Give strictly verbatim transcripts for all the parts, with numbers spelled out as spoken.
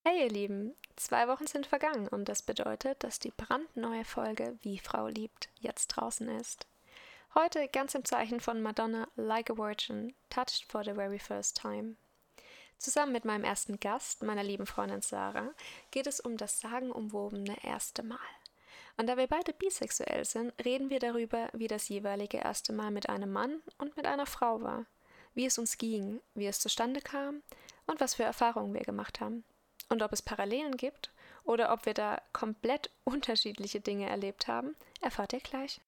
Hey ihr Lieben, zwei Wochen sind vergangen und das bedeutet, dass die brandneue Folge Wie Frau liebt jetzt draußen ist. Heute ganz im Zeichen von Madonna Like a Virgin, touched for the very first time. Zusammen mit meinem ersten Gast, meiner lieben Freundin Sarah, geht es um das sagenumwobene erste Mal. Und da wir beide bisexuell sind, reden wir darüber, wie das jeweilige erste Mal mit einem Mann und mit einer Frau war, wie es uns ging, wie es zustande kam und was für Erfahrungen wir gemacht haben. Und ob es Parallelen gibt oder ob wir da komplett unterschiedliche Dinge erlebt haben, erfahrt ihr gleich.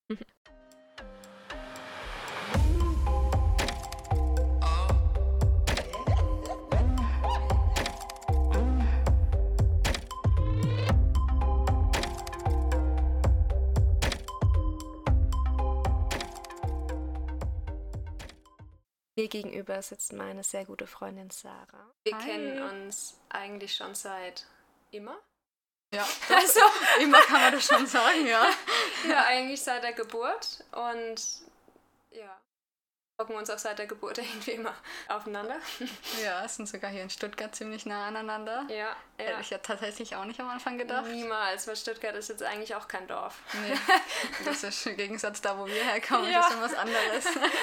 Mir gegenüber sitzt meine sehr gute Freundin Sarah. Wir Hi. kennen uns eigentlich schon seit immer. Ja, Also, immer kann man das schon sagen, ja. ja, eigentlich seit der Geburt und ja, hocken uns auch seit der Geburt irgendwie immer aufeinander. Ja, sind sogar hier in Stuttgart ziemlich nah aneinander. Ja, Hätte ja. ich ja tatsächlich auch nicht am Anfang gedacht. Niemals, weil Stuttgart ist jetzt eigentlich auch kein Dorf. Nee, das ist im Gegensatz da, wo wir herkommen, Ja. das ist schon was anderes.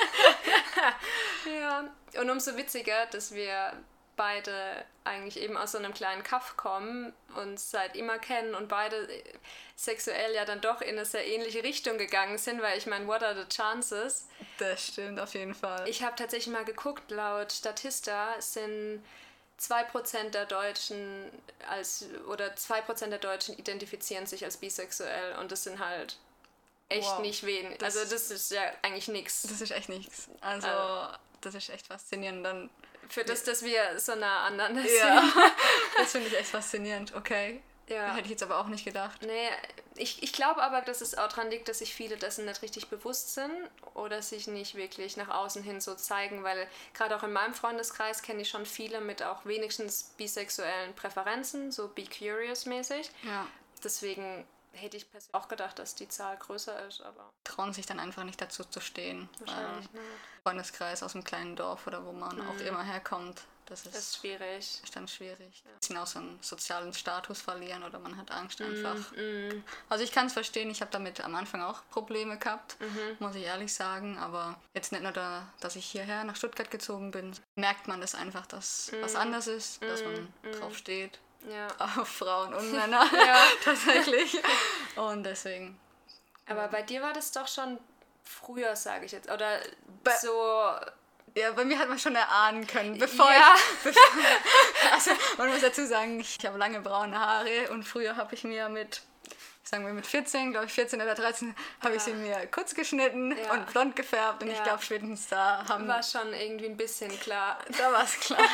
Ja, und umso witziger, dass wir beide eigentlich eben aus so einem kleinen Kaff kommen, uns seit immer kennen und beide sexuell ja dann doch in eine sehr ähnliche Richtung gegangen sind, weil ich meine, what are the chances? Das stimmt auf jeden Fall. Ich habe tatsächlich mal geguckt, laut Statista sind zwei Prozent der Deutschen als, oder zwei Prozent der Deutschen identifizieren sich als bisexuell und das sind halt echt Wow. nicht wenig. Das- Also das ist ja eigentlich nichts. Das ist echt nichts. Also, Also- das ist echt faszinierend. Dann, Für das, dass wir so nah aneinander ja, sind. das finde ich echt faszinierend. Okay, Ja. hätte ich jetzt aber auch nicht gedacht. Nee, ich, ich glaube aber, dass es auch daran liegt, dass sich viele dessen nicht richtig bewusst sind oder sich nicht wirklich nach außen hin so zeigen, weil gerade auch in meinem Freundeskreis kenne ich schon viele mit auch wenigstens bisexuellen Präferenzen, so Be Curious-mäßig. Ja, Deswegen hätte ich persönlich auch gedacht, dass die Zahl größer ist, aber trauen sich dann einfach nicht dazu zu stehen. wahrscheinlich Weil nicht. Freundeskreis aus einem kleinen Dorf oder wo man auch immer herkommt, das ist, Das ist schwierig. ist dann schwierig. Ein bisschen auch so einen sozialen Status verlieren oder man hat Angst einfach. Mm, Also ich kann es verstehen, ich habe damit am Anfang auch Probleme gehabt, muss ich ehrlich sagen, aber jetzt nicht nur da, dass ich hierher nach Stuttgart gezogen bin, merkt man das einfach, dass was anders ist, dass man drauf steht, ja. auf Frauen und Männer Ja. tatsächlich und deswegen. Aber bei dir war das doch schon früher, sage ich jetzt, oder Bei- so... Ja, bei mir hat man schon erahnen können, bevor Ja. ich... Bevor, also man muss dazu sagen, ich habe lange braune Haare und früher habe ich mir mit, sagen wir mit vierzehn, glaube ich vierzehn oder dreizehn, habe ich Ja. sie mir kurz geschnitten Ja. und blond gefärbt und Ja. ich glaube spätestens da haben... War schon irgendwie ein bisschen klar. Da war es klar.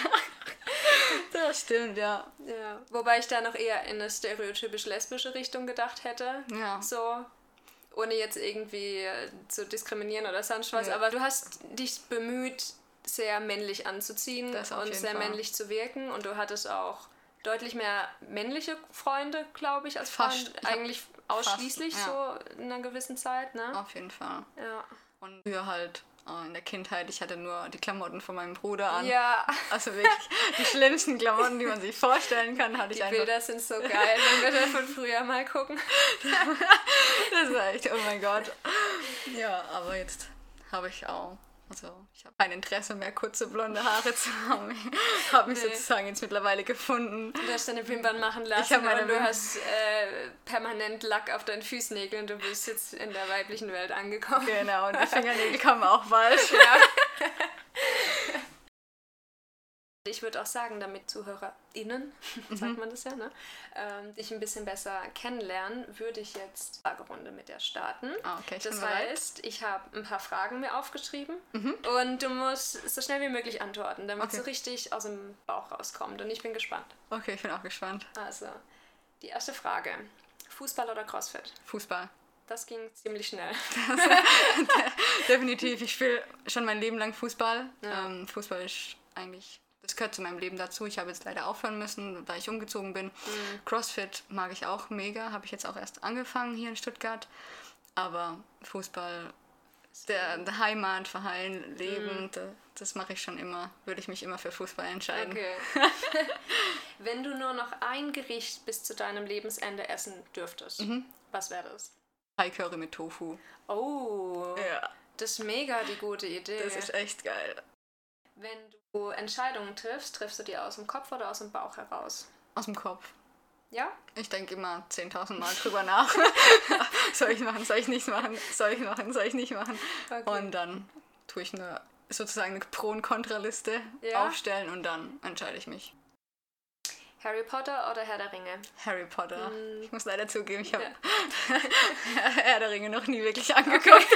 Das stimmt, ja. Ja. Wobei ich da noch eher in eine stereotypisch lesbische Richtung gedacht hätte. Ja. So, ohne jetzt irgendwie äh, zu diskriminieren oder sonst was. Ja. Aber du hast dich bemüht, sehr männlich anzuziehen Das auf und jeden sehr Fall. männlich zu wirken. Und du hattest auch deutlich mehr männliche Freunde, glaube ich, als Fast. Frauen. Ich hab Eigentlich ausschließlich fast, ja. so in einer gewissen Zeit, ne? Auf jeden Fall. Ja. Und früher halt äh, in der Kindheit, ich hatte nur die Klamotten von meinem Bruder an. Ja, Also wirklich die schlimmsten Klamotten, die man sich vorstellen kann, hatte ich die einfach. Bilder sind so geil, wenn wir da von früher mal gucken. Das war echt, oh mein Gott. Ja, aber jetzt habe ich auch, also ich habe kein Interesse mehr, kurze blonde Haare zu haben. Ich habe mich Nee. sozusagen jetzt mittlerweile gefunden. Du hast deine Wimpern machen lassen Ich hab meine und du Wimpern- hast äh, permanent Lack auf deinen Fußnägeln. Du bist jetzt in der weiblichen Welt angekommen. Genau, und die Fingernägel kommen auch bald. Ja. Ich würde auch sagen, damit ZuhörerInnen, sagt man das ja, ne, ähm, dich ein bisschen besser kennenlernen, würde ich jetzt die Fragerunde mit dir starten. Ah, okay, ich Das bin bereit. heißt, ich habe ein paar Fragen mir aufgeschrieben und du musst so schnell wie möglich antworten, damit Okay. es so richtig aus dem Bauch rauskommt. Und ich bin gespannt. Okay, ich bin auch gespannt. Also, die erste Frage. Fußball oder Crossfit? Fußball. Das ging ziemlich schnell. Definitiv, ich spiele schon mein Leben lang Fußball. Ja. Ähm, Fußball ist eigentlich, das gehört zu meinem Leben dazu. Ich habe jetzt leider aufhören müssen, weil ich umgezogen bin. Crossfit mag ich auch mega, habe ich jetzt auch erst angefangen hier in Stuttgart. Aber Fußball der, der Heimatverein leben, mm. das, das mache ich schon immer. Würde ich mich immer für Fußball entscheiden. Okay. Wenn du nur noch ein Gericht bis zu deinem Lebensende essen dürftest, mhm. was wäre das? Thai Curry mit Tofu. Oh, ja. Das ist mega die gute Idee. Das ist echt geil. Wenn du Entscheidungen triffst, triffst du die aus dem Kopf oder aus dem Bauch heraus? Aus dem Kopf. Ja? Ich denke immer zehntausend Mal drüber nach. Soll ich machen, soll ich nicht machen, soll ich machen, soll ich nicht machen. Okay. Und dann tue ich eine, sozusagen eine Pro- und Kontraliste ja? aufstellen und dann entscheide ich mich. Harry Potter oder Herr der Ringe? Harry Potter. Mm. Ich muss leider zugeben, ich habe ja. Herr der Ringe noch nie wirklich angeguckt. Okay.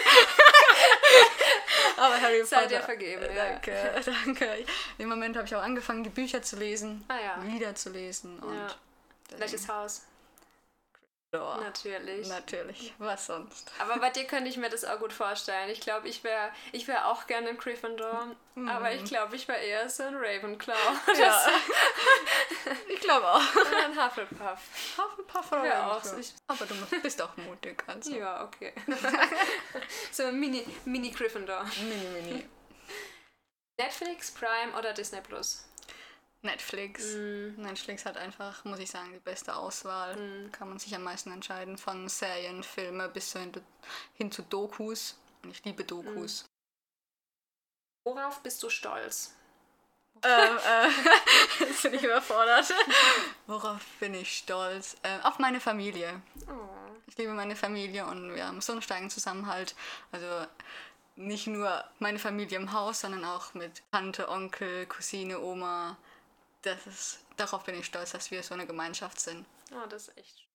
Aber Harry Potter. Seid ihr vergeben, ja. Danke, danke. Im Moment habe ich auch angefangen, die Bücher zu lesen, ah, ja. wieder zu lesen. Und ja. Welches Haus? Gryffindor. Natürlich. Natürlich. Was sonst? Aber bei dir könnte ich mir das auch gut vorstellen. Ich glaube, ich wäre ich wär auch gerne ein Gryffindor, mm. aber ich glaube, ich wäre eher so ein Ravenclaw. Ja. Ich glaube auch. Oder ein Hufflepuff. Hufflepuff oder ja, auch. So. Aber du bist auch mutig. Also. Ja, okay. So ein Mini, Mini Gryffindor. Mini, Mini. Netflix, Prime oder Disney Plus? Netflix. Mm. Netflix hat einfach, muss ich sagen, die beste Auswahl. Mm. Kann man sich am meisten entscheiden. Von Serien, Filme bis hin, hin zu Dokus. Und ich liebe Dokus. Mm. Worauf bist du stolz? ähm, äh, jetzt bin ich überfordert. Worauf bin ich stolz? Ähm, auf meine Familie. Oh. Ich liebe meine Familie und wir haben so einen starken Zusammenhalt. Also nicht nur meine Familie im Haus, sondern auch mit Tante, Onkel, Cousine, Oma. Das ist, darauf bin ich stolz, dass wir so eine Gemeinschaft sind. Oh, das ist echt schön.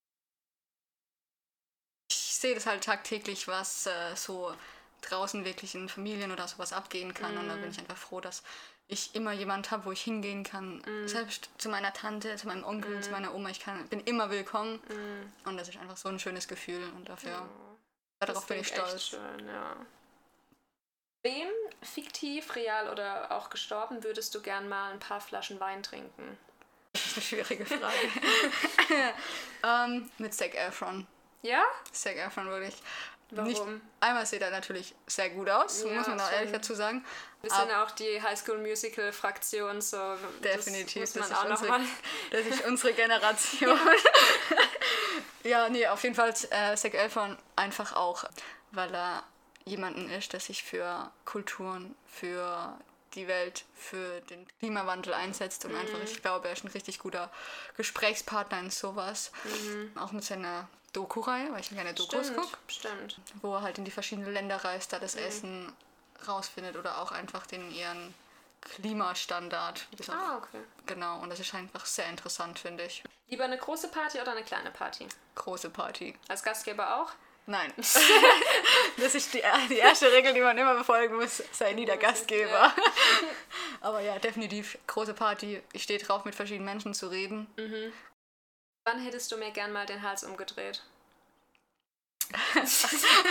Ich sehe das halt tagtäglich, was äh, so draußen wirklich in Familien oder sowas abgehen kann. Mm. Und da bin ich einfach froh, dass ich immer jemand habe, wo ich hingehen kann. Mm. Selbst zu meiner Tante, zu meinem Onkel, mm. zu meiner Oma. Ich kann, bin immer willkommen. Mm. Und das ist einfach so ein schönes Gefühl. Und dafür, oh, darauf bin ich stolz. Echt schön, ja. Wem, fiktiv, real oder auch gestorben, würdest du gern mal ein paar Flaschen Wein trinken? Das ist eine schwierige Frage. um, mit Zac Efron. Ja? Zac Efron würde ich. Warum? Nicht, einmal sieht er natürlich sehr gut aus, ja, muss man auch ehrlich dazu sagen. Wir sind auch die High School Musical Fraktion, so definitiv, das, muss man das, auch ist noch unsere, mal. Das ist unsere Generation. Ja, nee, auf jeden Fall äh, Zac Efron einfach auch, weil er jemanden ist, der sich für Kulturen, für die Welt, für den Klimawandel einsetzt und mhm. einfach, ich glaube, er ist ein richtig guter Gesprächspartner in sowas. Mhm. Auch mit seiner Doku-Reihe, weil ich gerne Dokus gucke. Stimmt. Wo er halt in die verschiedenen Länder reist, da das mhm. Essen rausfindet oder auch einfach den ihren Klimastandard. Ah, okay. Genau, und das ist einfach sehr interessant, finde ich. Lieber eine große Party oder eine kleine Party? Große Party. Als Gastgeber auch? Nein. Das ist die, die erste Regel, die man immer befolgen muss, sei nie der Gastgeber. Ja. Aber ja, definitiv große Party. Ich stehe drauf, mit verschiedenen Menschen zu reden. Mhm. Wann hättest du mir gern mal den Hals umgedreht? Also,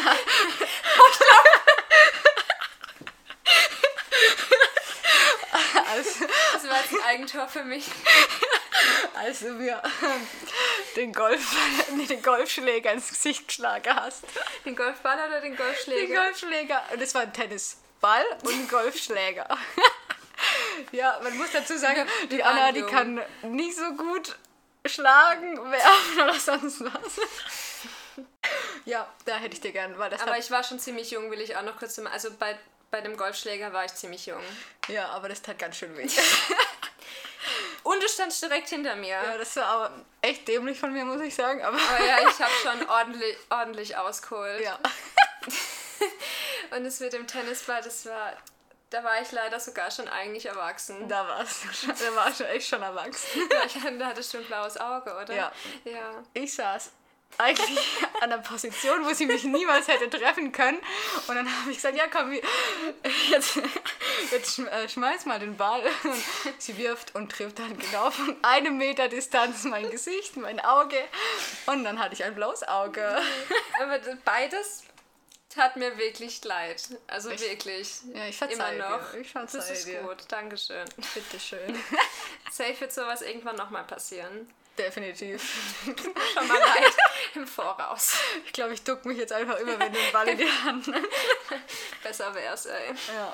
das war jetzt ein Eigentor für mich. Als du mir den, Golf, nee, den Golfschläger ins Gesicht geschlagen hast. Den Golfball oder den Golfschläger? Den Golfschläger. Und es war ein Tennisball und ein Golfschläger. Ja, man muss dazu sagen, die, die Anna, die kann nicht so gut schlagen, werfen oder sonst was. Ja, da hätte ich dir gern. Weil das aber ich war schon ziemlich jung, will ich auch noch kurz sagen. Also bei, bei dem Golfschläger war ich ziemlich jung. Ja, aber das tat ganz schön weh. Und du standst direkt hinter mir. Ja, das war aber echt dämlich von mir, muss ich sagen. Aber, aber ja, ich habe schon ordentlich, ordentlich ausgeholt. Ja. Und das mit dem Tennisball, das war... Da war ich leider sogar schon eigentlich erwachsen. Da warst du schon, da war ich schon echt schon erwachsen. Ja, ich, da hattest du ein blaues Auge, oder? Ja. Ja. Ich saß eigentlich an der Position, wo sie mich niemals hätte treffen können. Und dann habe ich gesagt, ja komm, jetzt, jetzt schmeiß mal den Ball. Und sie wirft und trifft dann genau von einem Meter Distanz mein Gesicht, mein Auge. Und dann hatte ich ein blaues Auge. Aber beides... Tat mir wirklich leid. Also ich, wirklich. Ja, ich verzeihe immer noch. Dir. Ich verzeihe das ist dir. gut. Dankeschön. Bitteschön. Safe wird sowas irgendwann nochmal passieren. Definitiv. Schon mal leid im Voraus. Ich glaube, ich duck mich jetzt einfach immer mit dem Ball in die Hand. Besser wär's, ey. Ja.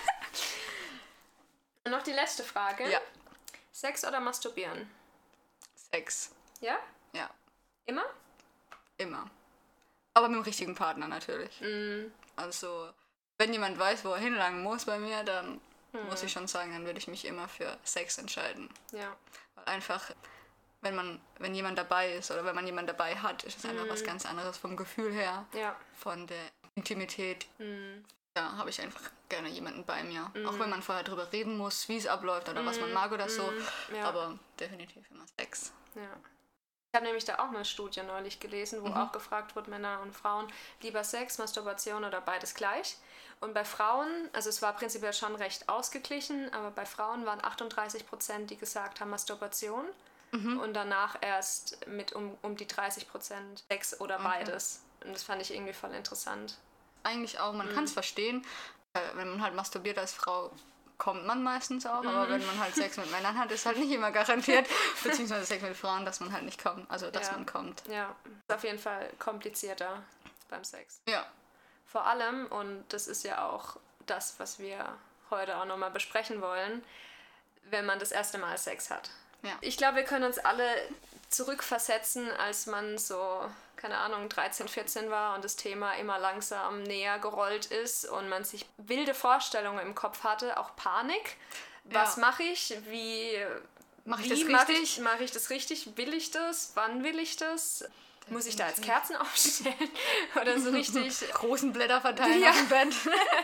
Und noch die letzte Frage. Ja. Sex oder masturbieren? Sex. Ja? Ja. Immer? Immer. Aber mit dem richtigen Partner natürlich. Mm. Also, wenn jemand weiß, wo er hinlangen muss bei mir, dann Mm. muss ich schon sagen, dann würde ich mich immer für Sex entscheiden. Ja. Weil einfach, wenn man, wenn jemand dabei ist oder wenn man jemanden dabei hat, ist es einfach Mm. was ganz anderes vom Gefühl her, Ja. von der Intimität. Mm. Da habe ich einfach gerne jemanden bei mir. Mhm. Auch wenn man vorher drüber reden muss, wie es abläuft oder was man mag oder so. Mhm. Ja. Aber definitiv immer Sex. Ja. Ich habe nämlich da auch eine Studie neulich gelesen, wo Mhm. auch gefragt wurde, Männer und Frauen, lieber Sex, Masturbation oder beides gleich. Und bei Frauen, also es war prinzipiell schon recht ausgeglichen, aber bei Frauen waren achtunddreißig Prozent, die gesagt haben Masturbation. Mhm. Und danach erst mit um, um die dreißig Prozent Sex oder Okay. beides. Und das fand ich irgendwie voll interessant. Eigentlich auch, man Mhm. kann es verstehen. Äh, Wenn man halt masturbiert als Frau, kommt man meistens auch. Aber Mhm. wenn man halt Sex mit Männern hat, ist halt nicht immer garantiert. Beziehungsweise Sex mit Frauen, dass man halt nicht kommt. Also, dass Ja. man kommt. Ja, ist auf jeden Fall komplizierter beim Sex. Ja. Vor allem, und das ist ja auch das, was wir heute auch nochmal besprechen wollen, wenn man das erste Mal Sex hat. Ja. Ich glaube, wir können uns alle zurückversetzen, als man so, keine Ahnung, dreizehn, vierzehn war und das Thema immer langsam näher gerollt ist und man sich wilde Vorstellungen im Kopf hatte, auch Panik. Was Ja. mache ich? Wie Mach ich wie das mache richtig? ich, mache ich das richtig? Will ich das? Wann will ich das? Muss ich da jetzt Definitiv. Kerzen aufstellen? Oder so richtig... Rosenblätter verteilen Ja. auf dem Bett.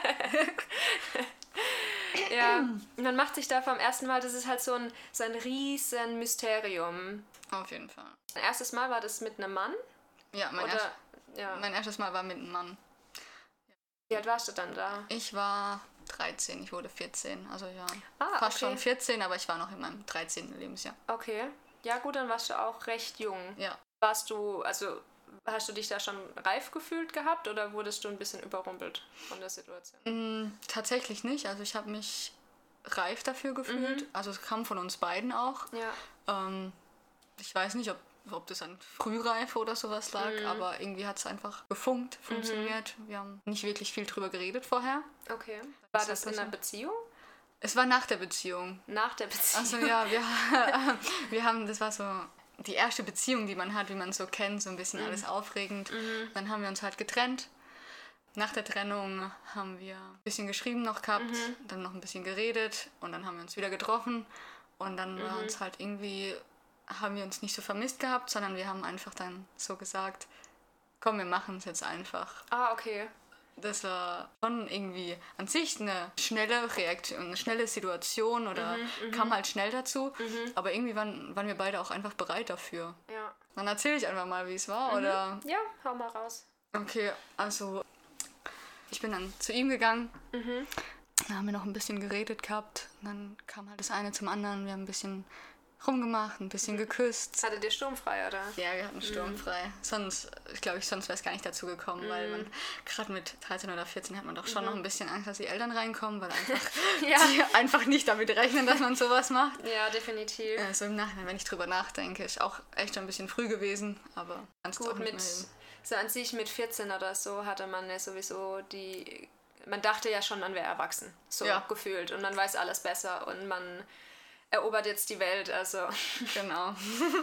Ja, und man macht sich da vom ersten Mal, das ist halt so ein, so ein riesen Mysterium. Auf jeden Fall. Mein erstes Mal war das mit einem Mann? Ja, mein, Oder, erst, ja. mein erstes Mal war mit einem Mann. Wie alt warst du dann da? Ich war dreizehn, ich wurde vierzehn. Also ja, Ah, fast okay. schon vierzehn, aber ich war noch in meinem dreizehnten Lebensjahr. Okay. Ja gut, dann warst du auch recht jung. Ja. Warst du, also hast du dich da schon reif gefühlt gehabt oder wurdest du ein bisschen überrumpelt von der Situation? Mm, tatsächlich nicht. Also ich habe mich reif dafür gefühlt. Mhm. Also es kam von uns beiden auch. Ja. Ähm, ich weiß nicht, ob, ob das an Frühreife oder sowas lag, Mhm. aber irgendwie hat es einfach gefunkt, funktioniert. Wir haben nicht wirklich viel drüber geredet vorher. Okay. War ist das halt in einer so. Beziehung? Es war nach der Beziehung. Nach der Beziehung? Also ja, wir, wir haben, das war so die erste Beziehung, die man hat, wie man es so kennt, so ein bisschen Mhm. alles aufregend. Mhm. Dann haben wir uns halt getrennt. Nach der Trennung haben wir ein bisschen geschrieben noch gehabt, Mhm. dann noch ein bisschen geredet und dann haben wir uns wieder getroffen und dann war Mhm. uns halt irgendwie, haben wir uns nicht so vermisst gehabt, sondern wir haben einfach dann so gesagt, komm, wir machen es jetzt einfach. Ah, okay. Das war schon irgendwie an sich eine schnelle Reaktion, eine schnelle Situation oder Mhm, kam halt schnell dazu. Mhm. Aber irgendwie waren, waren wir beide auch einfach bereit dafür. Ja. Dann erzähle ich einfach mal, wie es war, Mhm. oder? Ja, hau mal raus. Okay, also ich bin dann zu ihm gegangen. Mhm. Dann haben wir noch ein bisschen geredet gehabt. Und dann kam halt das eine zum anderen. Wir haben ein bisschen rumgemacht, ein bisschen geküsst. Hattet ihr sturmfrei, oder? Ja, wir hatten sturmfrei. Sonst, ich glaube, ich, sonst wäre es gar nicht dazu gekommen, weil man, gerade mit dreizehn oder vierzehn hat man doch schon noch ein bisschen Angst, dass die Eltern reinkommen, weil einfach, Ja. die einfach nicht damit rechnen, dass man sowas macht. Ja, definitiv. Äh, so im Nachhinein, wenn ich drüber nachdenke, ist auch echt schon ein bisschen früh gewesen, aber kannst du auch Gut, nicht mit, mehr hin. so an sich mit vierzehn oder so hatte man ja sowieso die, man dachte ja schon, man wäre erwachsen, so Ja. gefühlt und man weiß alles besser und man erobert jetzt die Welt, also Genau.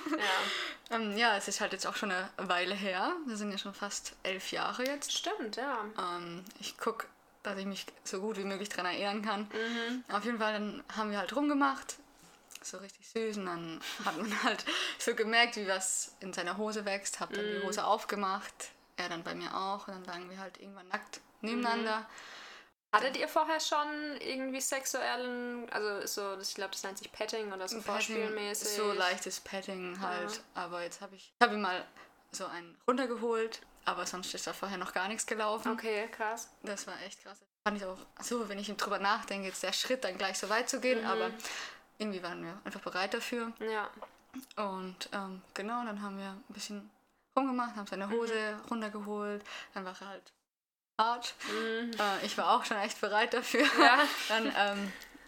ja. ähm, ja, es ist halt jetzt auch schon eine Weile her. Wir sind ja schon fast elf Jahre jetzt. Stimmt, ja. Ähm, ich gucke, dass ich mich so gut wie möglich daran erinnern kann. Mhm. Auf jeden Fall, dann haben wir halt rumgemacht. So richtig süß. Und dann hat man halt so gemerkt, wie was in seiner Hose wächst. Hab dann Mhm. die Hose aufgemacht. Er dann bei mir auch. Und dann lagen wir halt irgendwann nackt nebeneinander. Hattet ihr vorher schon irgendwie sexuellen, also so, ich glaube, das nennt sich Petting oder so Petting, vorspielmäßig? so leichtes Petting halt. Ja. Aber jetzt habe ich, ich habe ihm mal so einen runtergeholt. Aber sonst ist da vorher noch gar nichts gelaufen. Okay, krass. Das war echt krass. Fand ich auch so, wenn ich drüber nachdenke, jetzt der Schritt, dann gleich so weit zu gehen. Mhm. Aber irgendwie waren wir einfach bereit dafür. Ja. Und ähm, genau, dann haben wir ein bisschen rumgemacht, haben seine Hose Mhm. runtergeholt. Dann war er halt hart. Mhm. Äh, ich war auch schon echt bereit dafür. Ja. Dann ähm,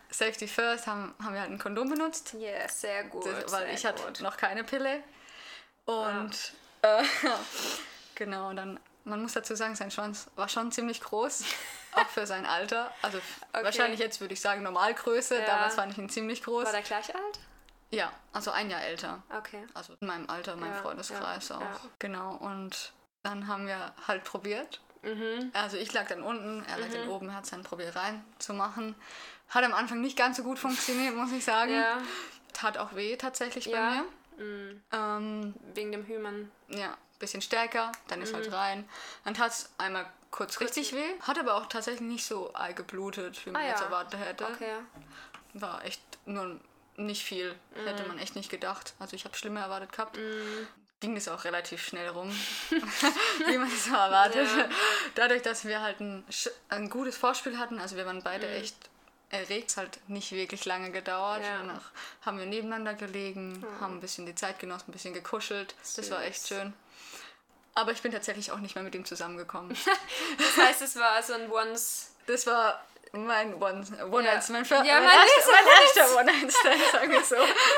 Safety first haben, haben wir halt ein Kondom benutzt. Ja, yeah, sehr gut. Das, weil sehr ich hatte gut. noch keine Pille. Und ja. äh, genau, dann, man muss dazu sagen, sein Schwanz war schon ziemlich groß, auch für sein Alter. Also okay. Wahrscheinlich jetzt würde ich sagen Normalgröße, ja. Damals fand ich ihn ziemlich groß. War der gleich alt? Ja, also ein Jahr älter. Okay. Also in meinem Alter, meinem ja, Freundeskreis ja, auch. Ja. Genau, und dann haben wir halt probiert. Mhm. Also ich lag dann unten, er lag mhm. dann oben, er hat es dann probiert reinzumachen. Hat am Anfang nicht ganz so gut funktioniert, muss ich sagen. Ja. Tat auch weh tatsächlich ja. bei mir. Mhm. Ähm, Wegen dem Hymen. Ja, bisschen stärker, dann ist mhm. halt rein. Dann tat es einmal kurz, kurz richtig weh, hat aber auch tatsächlich nicht so arg geblutet, wie man ah, jetzt ja. erwartet hätte. Okay. War echt nur nicht viel, mhm. hätte man echt nicht gedacht. Also ich habe schlimmer erwartet gehabt. Mhm. Ging das auch relativ schnell rum, wie man es so erwartet. Ja. Dadurch, dass wir halt ein, ein gutes Vorspiel hatten, also wir waren beide mhm. echt erregt, es hat halt nicht wirklich lange gedauert. Ja. Danach haben wir nebeneinander gelegen, mhm. haben ein bisschen die Zeit genossen, ein bisschen gekuschelt. Süß. Das war echt schön. Aber ich bin tatsächlich auch nicht mehr mit ihm zusammengekommen. Das heißt, es war so ein Once... Das war mein One, One ja. Night Stand. Mein, ja, mein, mein, erster, mein erster One Night Stand, sagen wir so.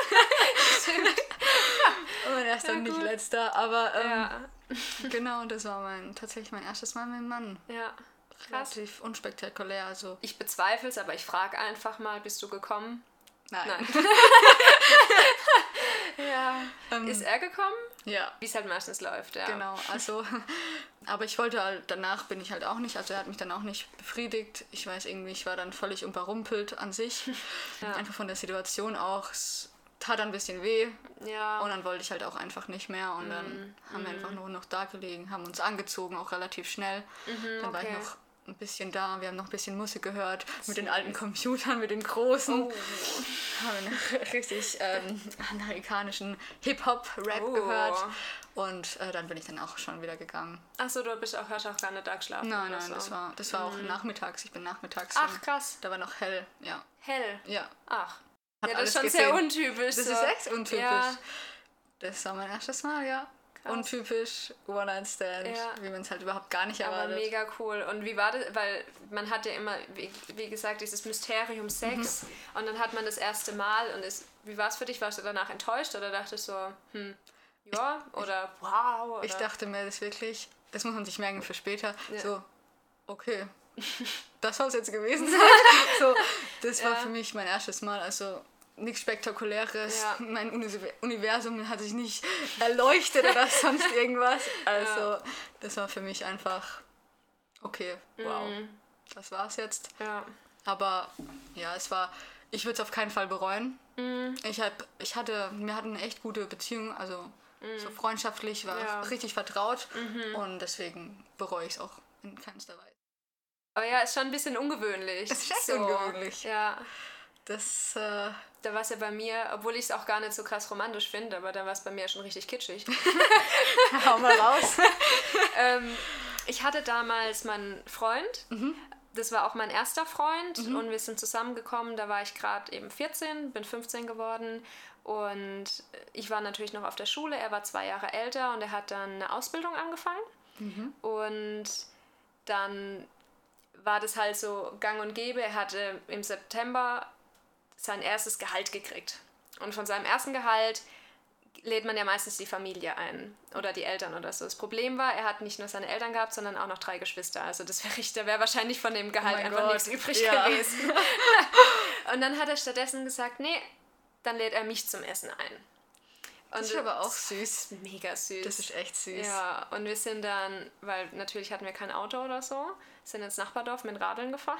Mein erster, ja, nicht letzter, aber ähm, ja. genau, das war mein tatsächlich mein erstes Mal mit dem Mann. Ja, krass. Relativ unspektakulär. Also. Ich bezweifle es, aber ich frage einfach mal, bist du gekommen? Nein. Nein. ja. Ähm, Ist er gekommen? Ja. Wie es halt meistens läuft, ja. Genau, also, aber ich wollte halt, danach bin ich halt auch nicht, also er hat mich dann auch nicht befriedigt. Ich weiß irgendwie, ich war dann völlig überrumpelt an sich. Ja. Einfach von der Situation auch. Es tat ein bisschen weh. Ja. Und dann wollte ich halt auch einfach nicht mehr. Und dann mm. haben mm. wir einfach nur noch da gelegen, haben uns angezogen, auch relativ schnell. Mhm, dann okay. war ich noch ein bisschen da, wir haben noch ein bisschen Musik gehört, mit den alten Computern, mit den großen. Oh. Haben noch richtig ähm, amerikanischen Hip-Hop-Rap oh. gehört. Und äh, dann bin ich dann auch schon wieder gegangen. Achso, du bist auch, hast auch gar nicht da geschlafen? Nein, nein, so. das war, das war mhm. auch nachmittags. Ich bin nachmittags. Ach, krass. Da war noch hell, ja. Hell? Ja. Ach. Hat ja, das ist schon gesehen. sehr untypisch. Das so. ist echt untypisch. Ja. Das war mein erstes Mal, ja. Krass. Untypisch, One-Night-Stand, ja. wie man es halt überhaupt gar nicht erwartet. Aber mega cool. Und wie war das? Weil man hat ja immer, wie, wie gesagt, dieses Mysterium Sex. Mhm. Und dann hat man das erste Mal. Und es, wie war es für dich? Warst du danach enttäuscht oder dachtest du so, hm, ja, ich, oder ich, wow? Oder? Ich dachte mir das wirklich, das muss man sich merken für später, ja. so, okay, das soll es jetzt gewesen sein. so, das war ja. für mich mein erstes Mal, also nichts Spektakuläres. Ja. Mein Universum hat sich nicht erleuchtet oder sonst irgendwas. Also ja. das war für mich einfach, okay, wow, mhm. das war's jetzt. Ja. Aber ja, es war, ich würde es auf keinen Fall bereuen. Mhm. Ich, hab, ich hatte, wir hatten eine echt gute Beziehung, also mhm. so freundschaftlich, war ja. richtig vertraut mhm. und deswegen bereue ich es auch in keinster Weise. Aber ja, ist schon ein bisschen ungewöhnlich. Es ist echt so. ungewöhnlich. Ja. Das, äh... Da war es ja bei mir, obwohl ich es auch gar nicht so krass romantisch finde, aber da war es bei mir schon richtig kitschig. Hau mal raus. ähm, ich hatte damals meinen Freund, mhm. das war auch mein erster Freund mhm. und wir sind zusammengekommen, da war ich gerade eben vierzehn, bin fünfzehn geworden und ich war natürlich noch auf der Schule, er war zwei Jahre älter und er hat dann eine Ausbildung angefangen mhm. und dann war das halt so gang und gäbe, er hatte im September sein erstes Gehalt gekriegt. Und von seinem ersten Gehalt lädt man ja meistens die Familie ein oder die Eltern oder so. Das Problem war, er hat nicht nur seine Eltern gehabt, sondern auch noch drei Geschwister. Also das wäre da wäre wahrscheinlich von dem Gehalt oh einfach Gott. nichts übrig ja. gewesen. Und dann hat er stattdessen gesagt, nee, dann lädt er mich zum Essen ein. Und das ist aber auch süß. Mega süß. Das ist echt süß. Ja, und wir sind dann, weil natürlich hatten wir kein Auto oder so, sind ins Nachbardorf mit Radeln gefahren.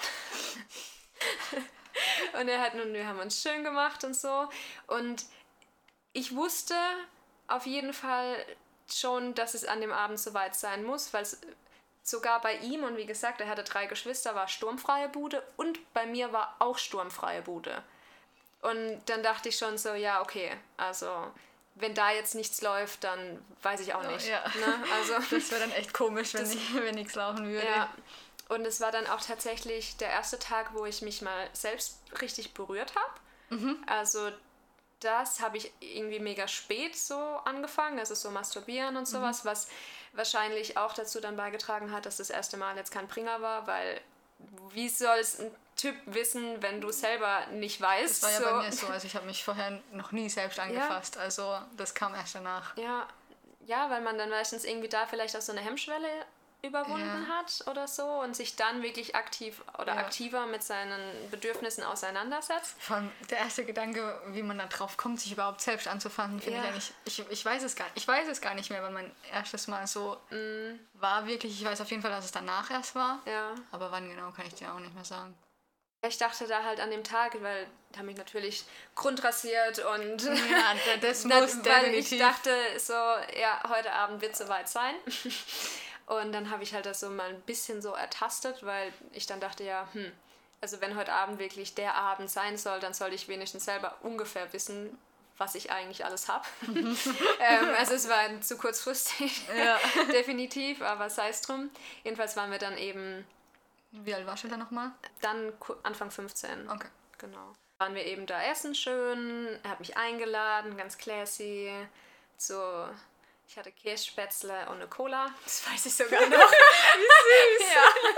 Und er hat nun, wir haben uns schön gemacht und so. Und ich wusste auf jeden Fall schon, dass es an dem Abend soweit sein muss, weil es sogar bei ihm, und wie gesagt, er hatte drei Geschwister, war sturmfreie Bude und bei mir war auch sturmfreie Bude. Und dann dachte ich schon so, ja, okay, also wenn da jetzt nichts läuft, dann weiß ich auch nicht. Oh, ja. Ne? Also, das wäre dann echt komisch, wenn, das, nicht, wenn nichts laufen würde. Ja. Und es war dann auch tatsächlich der erste Tag, wo ich mich mal selbst richtig berührt habe. Mhm. Also das habe ich irgendwie mega spät so angefangen, also so masturbieren und sowas, mhm. was wahrscheinlich auch dazu dann beigetragen hat, dass das erste Mal jetzt kein Bringer war, weil wie soll es ein Typ wissen, wenn du selber nicht weißt. Das war ja so. bei mir so, also ich habe mich vorher noch nie selbst angefasst, ja. also das kam erst danach. Ja, ja, weil man dann meistens irgendwie da vielleicht auch so eine Hemmschwelle überwunden ja. hat oder so und sich dann wirklich aktiv oder ja. aktiver mit seinen Bedürfnissen auseinandersetzt. Vor allem der erste Gedanke, wie man da drauf kommt, sich überhaupt selbst anzufassen, finde ja. ich eigentlich, ich, ich weiß es gar ich weiß es gar nicht mehr, weil mein erstes Mal so mm. war wirklich, ich weiß auf jeden Fall, dass es danach erst war, ja. aber wann genau, kann ich dir auch nicht mehr sagen. Ich dachte da halt an dem Tag, weil da habe ich natürlich grundrasiert und ja, das muss weil definitiv. Ich dachte so, ja, heute Abend wird es soweit sein. Und dann habe ich halt das so mal ein bisschen so ertastet, weil ich dann dachte, ja, hm, also wenn heute Abend wirklich der Abend sein soll, dann sollte ich wenigstens selber ungefähr wissen, was ich eigentlich alles habe. ähm, also es war zu kurzfristig, ja. definitiv, aber sei es drum. Jedenfalls waren wir dann eben... Wie alt warst du da nochmal? Dann Anfang fünfzehn. Okay. Genau. Waren wir eben da essen schön, er hat mich eingeladen, ganz classy, so... Ich hatte Kässpätzle und eine Cola, das weiß ich sogar noch. Wie süß!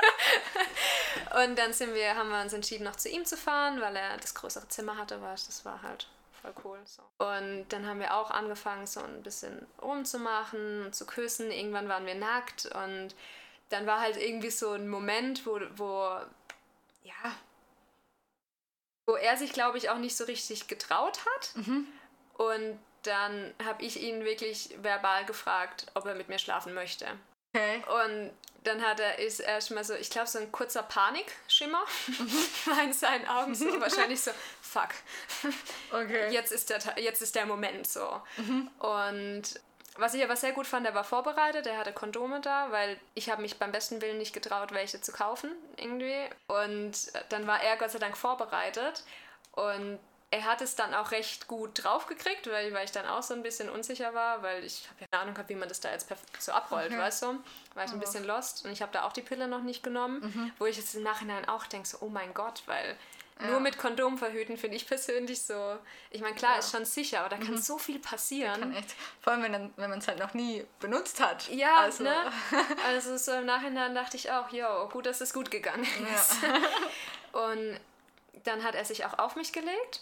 Ja. Und dann sind wir, haben wir uns entschieden, noch zu ihm zu fahren, weil er das größere Zimmer hatte, weißt, das war halt voll cool. So. Und dann haben wir auch angefangen, so ein bisschen rumzumachen und zu küssen. Irgendwann waren wir nackt und dann war halt irgendwie so ein Moment, wo, wo ja, wo er sich, glaube ich, auch nicht so richtig getraut hat. Mhm. Und dann habe ich ihn wirklich verbal gefragt, ob er mit mir schlafen möchte. Okay. Und dann hat er, ist erstmal so, ich glaube, so ein kurzer Panikschimmer war in seinen Augen so, wahrscheinlich so, fuck, okay. jetzt ist der, jetzt ist der Moment so. Mhm. Und was ich aber sehr gut fand, er war vorbereitet, er hatte Kondome da, weil ich habe mich beim besten Willen nicht getraut, welche zu kaufen irgendwie. Und dann war er Gott sei Dank vorbereitet und er hat es dann auch recht gut draufgekriegt, weil, weil ich dann auch so ein bisschen unsicher war, weil ich habe ja keine Ahnung gehabt, wie man das da jetzt perfekt so abrollt, okay. weißt du? War ich ein bisschen lost und ich habe da auch die Pille noch nicht genommen, mhm. wo ich jetzt im Nachhinein auch denke, so, oh mein Gott, weil ja. nur mit Kondom verhüten finde ich persönlich so, ich meine, klar, ja. ist schon sicher, aber da kann mhm. so viel passieren. Kann echt, vor allem, wenn, dann, wenn man es halt noch nie benutzt hat. Ja, also. ne? Also so im Nachhinein dachte ich auch, jo, gut, dass es gut gegangen ist. Ja. Und dann hat er sich auch auf mich gelegt.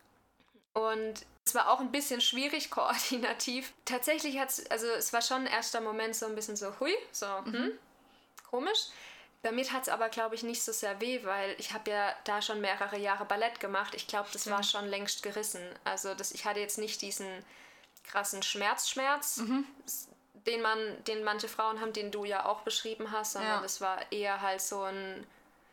Und es war auch ein bisschen schwierig koordinativ. Tatsächlich hat es, also es war schon ein erster Moment so ein bisschen so, hui, so, mhm. hm, komisch. Bei mir tat es aber, glaube ich, nicht so sehr weh, weil ich habe ja da schon mehrere Jahre Ballett gemacht. Ich glaube, das mhm. war schon längst gerissen. Also das, ich hatte jetzt nicht diesen krassen Schmerzschmerz, mhm. den man, den manche Frauen haben, den du ja auch beschrieben hast, sondern ja. das war eher halt so ein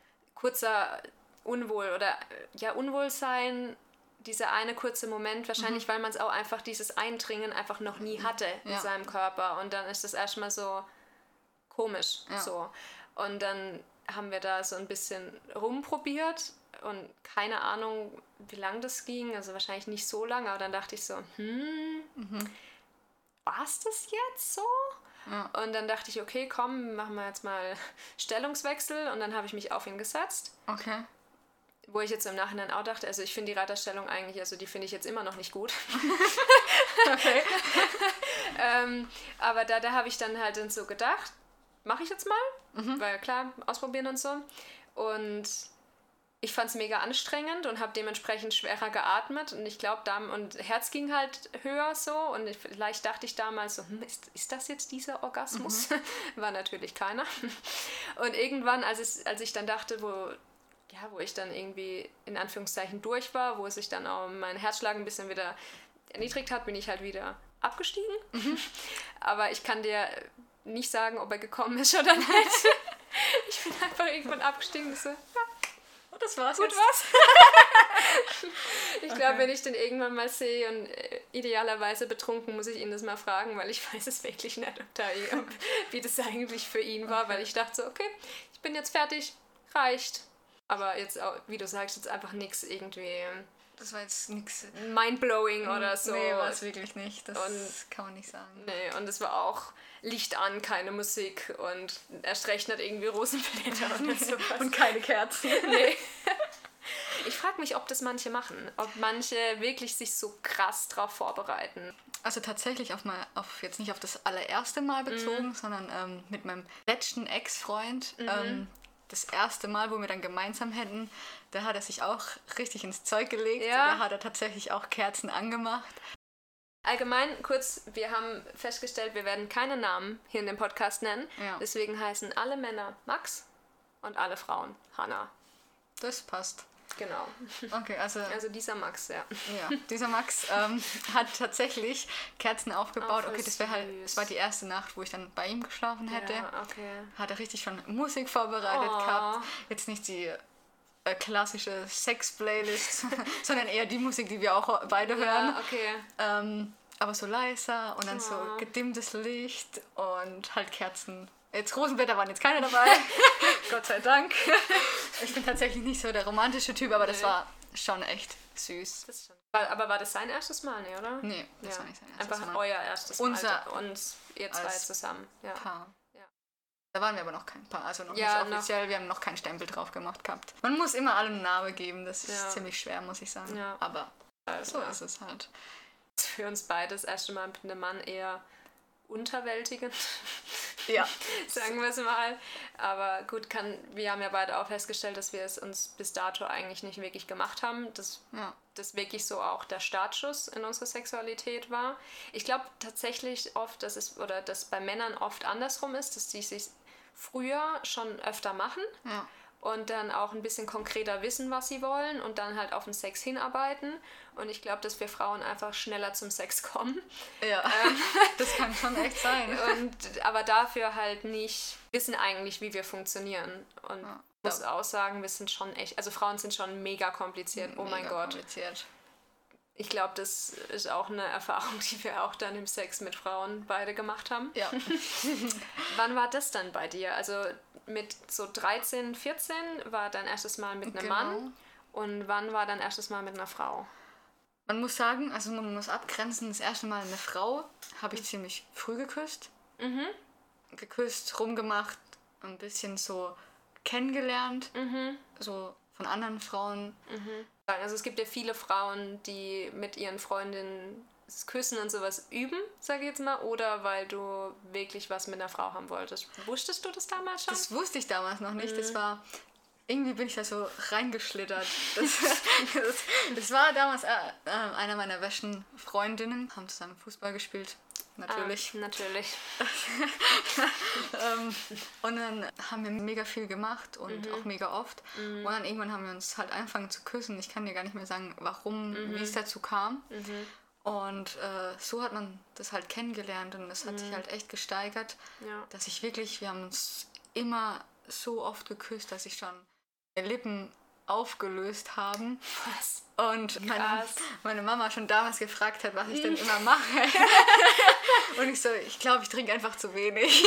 kurzer Unwohl oder ja, Unwohlsein, dieser eine kurze Moment, wahrscheinlich, mhm. weil man es auch einfach, dieses Eindringen einfach noch nie hatte in ja. seinem Körper. Und dann ist das erstmal so komisch. Ja. So. Und dann haben wir da so ein bisschen rumprobiert und keine Ahnung, wie lang das ging. Also wahrscheinlich nicht so lange, aber dann dachte ich so, hm, mhm. war's das jetzt so? Ja. Und dann dachte ich, okay, komm, machen wir jetzt mal Stellungswechsel. Und dann habe ich mich auf ihn gesetzt. Okay. Wo ich jetzt im Nachhinein auch dachte, also ich finde die Reiterstellung eigentlich, also die finde ich jetzt immer noch nicht gut. Okay. ähm, aber da, da habe ich dann halt so gedacht, mache ich jetzt mal, mhm. weil klar, ausprobieren und so. Und ich fand es mega anstrengend und habe dementsprechend schwerer geatmet und ich glaube, und Herz ging halt höher so und ich, vielleicht dachte ich damals so, hm, ist, ist das jetzt dieser Orgasmus? Mhm. War natürlich keiner. Und irgendwann, als, es, als ich dann dachte, wo... ja, wo ich dann irgendwie in Anführungszeichen durch war, wo sich dann auch mein Herzschlag ein bisschen wieder erniedrigt hat, bin ich halt wieder abgestiegen. Mhm. Aber ich kann dir nicht sagen, ob er gekommen ist oder nicht. Ich bin einfach irgendwann abgestiegen. So, ja, oh, das war's gut jetzt. Was. Ich okay. glaube, wenn ich den irgendwann mal sehe und äh, idealerweise betrunken, muss ich ihn das mal fragen, weil ich weiß es wirklich nicht, ob da, ob, wie das eigentlich für ihn war, okay. weil ich dachte so, okay, ich bin jetzt fertig, reicht. Aber jetzt, auch, wie du sagst, jetzt einfach nichts irgendwie... Das war jetzt nichts... Mindblowing oder so. Nee, war es wirklich nicht. Das und, kann man nicht sagen. Nee, und es war auch Licht an, keine Musik und erst recht nicht irgendwie Rosenblätter oder sowas. Und keine Kerzen. Nee. Ich frage mich, ob das manche machen. Ob manche wirklich sich so krass drauf vorbereiten. Also tatsächlich auf mal, auf jetzt nicht auf das allererste Mal bezogen, mhm. sondern ähm, mit meinem letzten Ex-Freund... Mhm. Ähm, das erste Mal, wo wir dann gemeinsam hätten, da hat er sich auch richtig ins Zeug gelegt. Ja. Da hat er tatsächlich auch Kerzen angemacht. Allgemein, kurz, wir haben festgestellt, wir werden keine Namen hier in dem Podcast nennen. Ja. Deswegen heißen alle Männer Max und alle Frauen Hannah. Das passt. Genau. Okay, also... Also dieser Max, ja. Ja, dieser Max ähm, hat tatsächlich Kerzen aufgebaut. Oh, voll okay, das wäre halt, süß. das war die erste Nacht, wo ich dann bei ihm geschlafen hätte. Ja, okay. Hat er richtig schon Musik vorbereitet Oh. gehabt. Jetzt nicht die äh, klassische Sex-Playlist, sondern eher die Musik, die wir auch beide hören. Ja, okay. Ähm, aber so leiser und dann Oh. so gedimmtes Licht und halt Kerzen. Jetzt Rosenblätter waren jetzt keine dabei, Gott sei Dank. Ich bin tatsächlich nicht so der romantische Typ, aber das Nee. war schon echt süß. Das ist schon. War, aber war das sein erstes Mal, ne, oder? Nee, das ja. war nicht sein erstes Einfach Mal. euer erstes Unser- Mal. Und ihr zwei als zusammen. Ja. Paar. Ja. Da waren wir aber noch kein Paar, also noch Ja, nicht offiziell, wir haben noch keinen Stempel drauf gemacht gehabt. Man muss immer allem einen Namen geben, das ist Ja. ziemlich schwer, muss ich sagen. Ja. Aber Also, so ist es halt. für uns beide das erste Mal mit einem Mann eher unterwältigend, Ja. sagen wir es mal. Aber gut, kann, wir haben ja beide auch festgestellt, dass wir es uns bis dato eigentlich nicht wirklich gemacht haben. Das ja. das wirklich so auch der Startschuss in unsere Sexualität war. Ich glaube tatsächlich oft, dass es oder dass bei Männern oft andersrum ist, dass die sich früher schon öfter machen Ja. und dann auch ein bisschen konkreter wissen, was sie wollen und dann halt auf den Sex hinarbeiten. Und ich glaube, dass wir Frauen einfach schneller zum Sex kommen. Ja, das kann schon echt sein. Und, aber dafür halt nicht wissen eigentlich, wie wir funktionieren. Und Ja. ich muss auch sagen, wir sind schon echt, also Frauen sind schon mega kompliziert. Oh mein Mega Gott. kompliziert. Ich glaube, das ist auch eine Erfahrung, die wir auch dann im Sex mit Frauen beide gemacht haben. Ja. Wann war das dann bei dir? Also mit so dreizehn, vierzehn war dein erstes Mal mit einem Genau. Mann und wann war dein erstes Mal mit einer Frau? Man muss sagen, also man muss abgrenzen, das erste Mal eine Frau habe ich ziemlich früh geküsst. Mhm. Geküsst, rumgemacht, ein bisschen so kennengelernt, Mhm. so von anderen Frauen. Also es gibt ja viele Frauen, die mit ihren Freundinnen das Küssen und sowas üben, sage ich jetzt mal, oder weil du wirklich was mit einer Frau haben wolltest. Wusstest du das damals schon? Das wusste ich damals noch nicht. Das war, irgendwie bin ich da so reingeschlittert. Das, das, das war damals äh, äh, einer meiner besten Freundinnen. Haben zusammen Fußball gespielt, natürlich. Ah, natürlich. ähm, und dann haben wir mega viel gemacht und Mhm. auch mega oft. Und dann irgendwann haben wir uns halt angefangen zu küssen. Ich kann dir gar nicht mehr sagen, warum, Mhm. wie es dazu kam. Mhm. Und äh, so hat man das halt kennengelernt und es hat Mhm. sich halt echt gesteigert, Ja. dass ich wirklich, wir haben uns immer so oft geküsst, dass ich schon meine Lippen aufgelöst haben. Was? Und meine, Krass. meine Mama schon damals gefragt hat, was ich denn immer mache. Und ich so, ich glaube, ich trinke einfach zu wenig.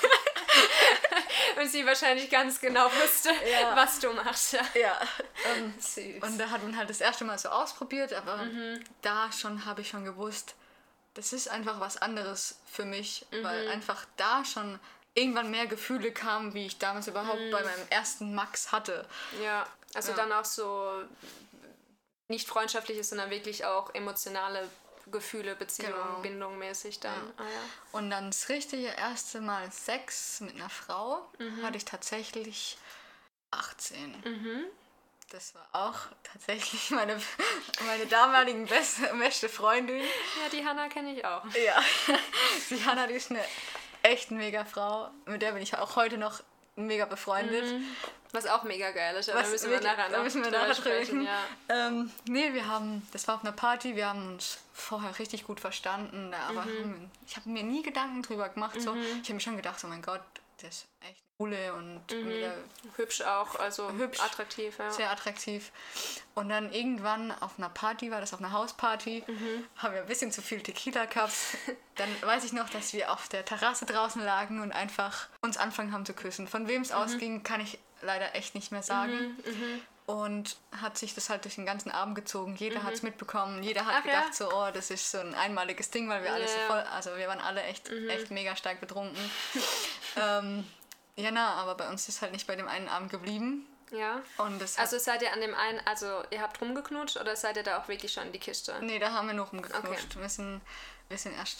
Und sie wahrscheinlich ganz genau wusste, Ja. was du machst. Ja. Ja, ähm, Süß. und da hat man halt das erste Mal so ausprobiert, aber Mhm. da schon habe ich schon gewusst, das ist einfach was anderes für mich, Mhm. weil einfach da schon irgendwann mehr Gefühle kamen, wie ich damals überhaupt Mhm. bei meinem ersten Max hatte. Ja, also Ja. dann auch so nicht freundschaftliche, sondern wirklich auch emotionale Gefühle, Beziehungen, Genau. Bindung mäßig dann. Ja. Ah, ja. Und dann das richtige erste Mal Sex mit einer Frau Mhm. hatte ich tatsächlich achtzehn. Mhm. Das war auch tatsächlich meine, meine damaligen beste, beste Freundin. Ja, die Hannah kenne ich auch. Ja, die Hannah, die ist eine echt mega Frau. Mit der bin ich auch heute noch mega befreundet. Mhm. Was auch mega geil ist, aber Was da müssen wir wirklich- nachher da noch müssen wir drüber nachher sprechen. reden. Ja. Ähm, nee, wir haben, das war auf einer Party, wir haben uns vorher richtig gut verstanden, da aber Mhm. haben, ich habe mir nie Gedanken drüber gemacht. So. Ich habe mir schon gedacht, oh mein Gott, der ist echt coole und Mhm. mega Hübsch auch, also Hübsch. attraktiv. Ja. sehr attraktiv. Und dann irgendwann auf einer Party, war das auf einer Hausparty, Mhm. haben wir ein bisschen zu viel Tequila gehabt. Dann weiß ich noch, dass wir auf der Terrasse draußen lagen und einfach uns anfangen haben zu küssen. Von wem es Mhm. ausging, kann ich leider echt nicht mehr sagen. Und hat sich das halt durch den ganzen Abend gezogen. Jeder hat es mitbekommen. Jeder hat Mhm. Ach ja? gedacht so, oh, das ist so ein einmaliges Ding, weil wir alle so Ja. Mhm. voll, also wir waren alle echt, echt mega stark betrunken. ähm, ja, na, aber bei uns ist halt nicht bei dem einen Abend geblieben. Ja. Und das hat Also seid ihr an dem einen, also ihr habt rumgeknutscht oder seid ihr da auch wirklich schon in die Kiste? Nee, da haben wir nur rumgeknutscht. Wir, sind, wir sind erst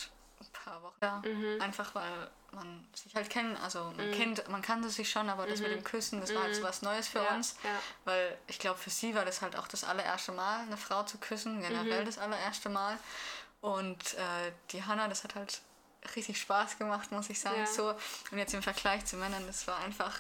ein paar Wochen. Ja, Mhm. einfach weil man sich halt kennt, also man Mhm. kennt, man kannte sich schon, aber das Mhm. mit dem Küssen, das war halt so was Neues für Ja, uns. ja. Weil ich glaube, für sie war das halt auch das allererste Mal, eine Frau zu küssen, generell Mhm. das allererste Mal. Und äh, die Hannah, das hat halt richtig Spaß gemacht, muss ich sagen. Ja. So. Und jetzt im Vergleich zu Männern, das war einfach,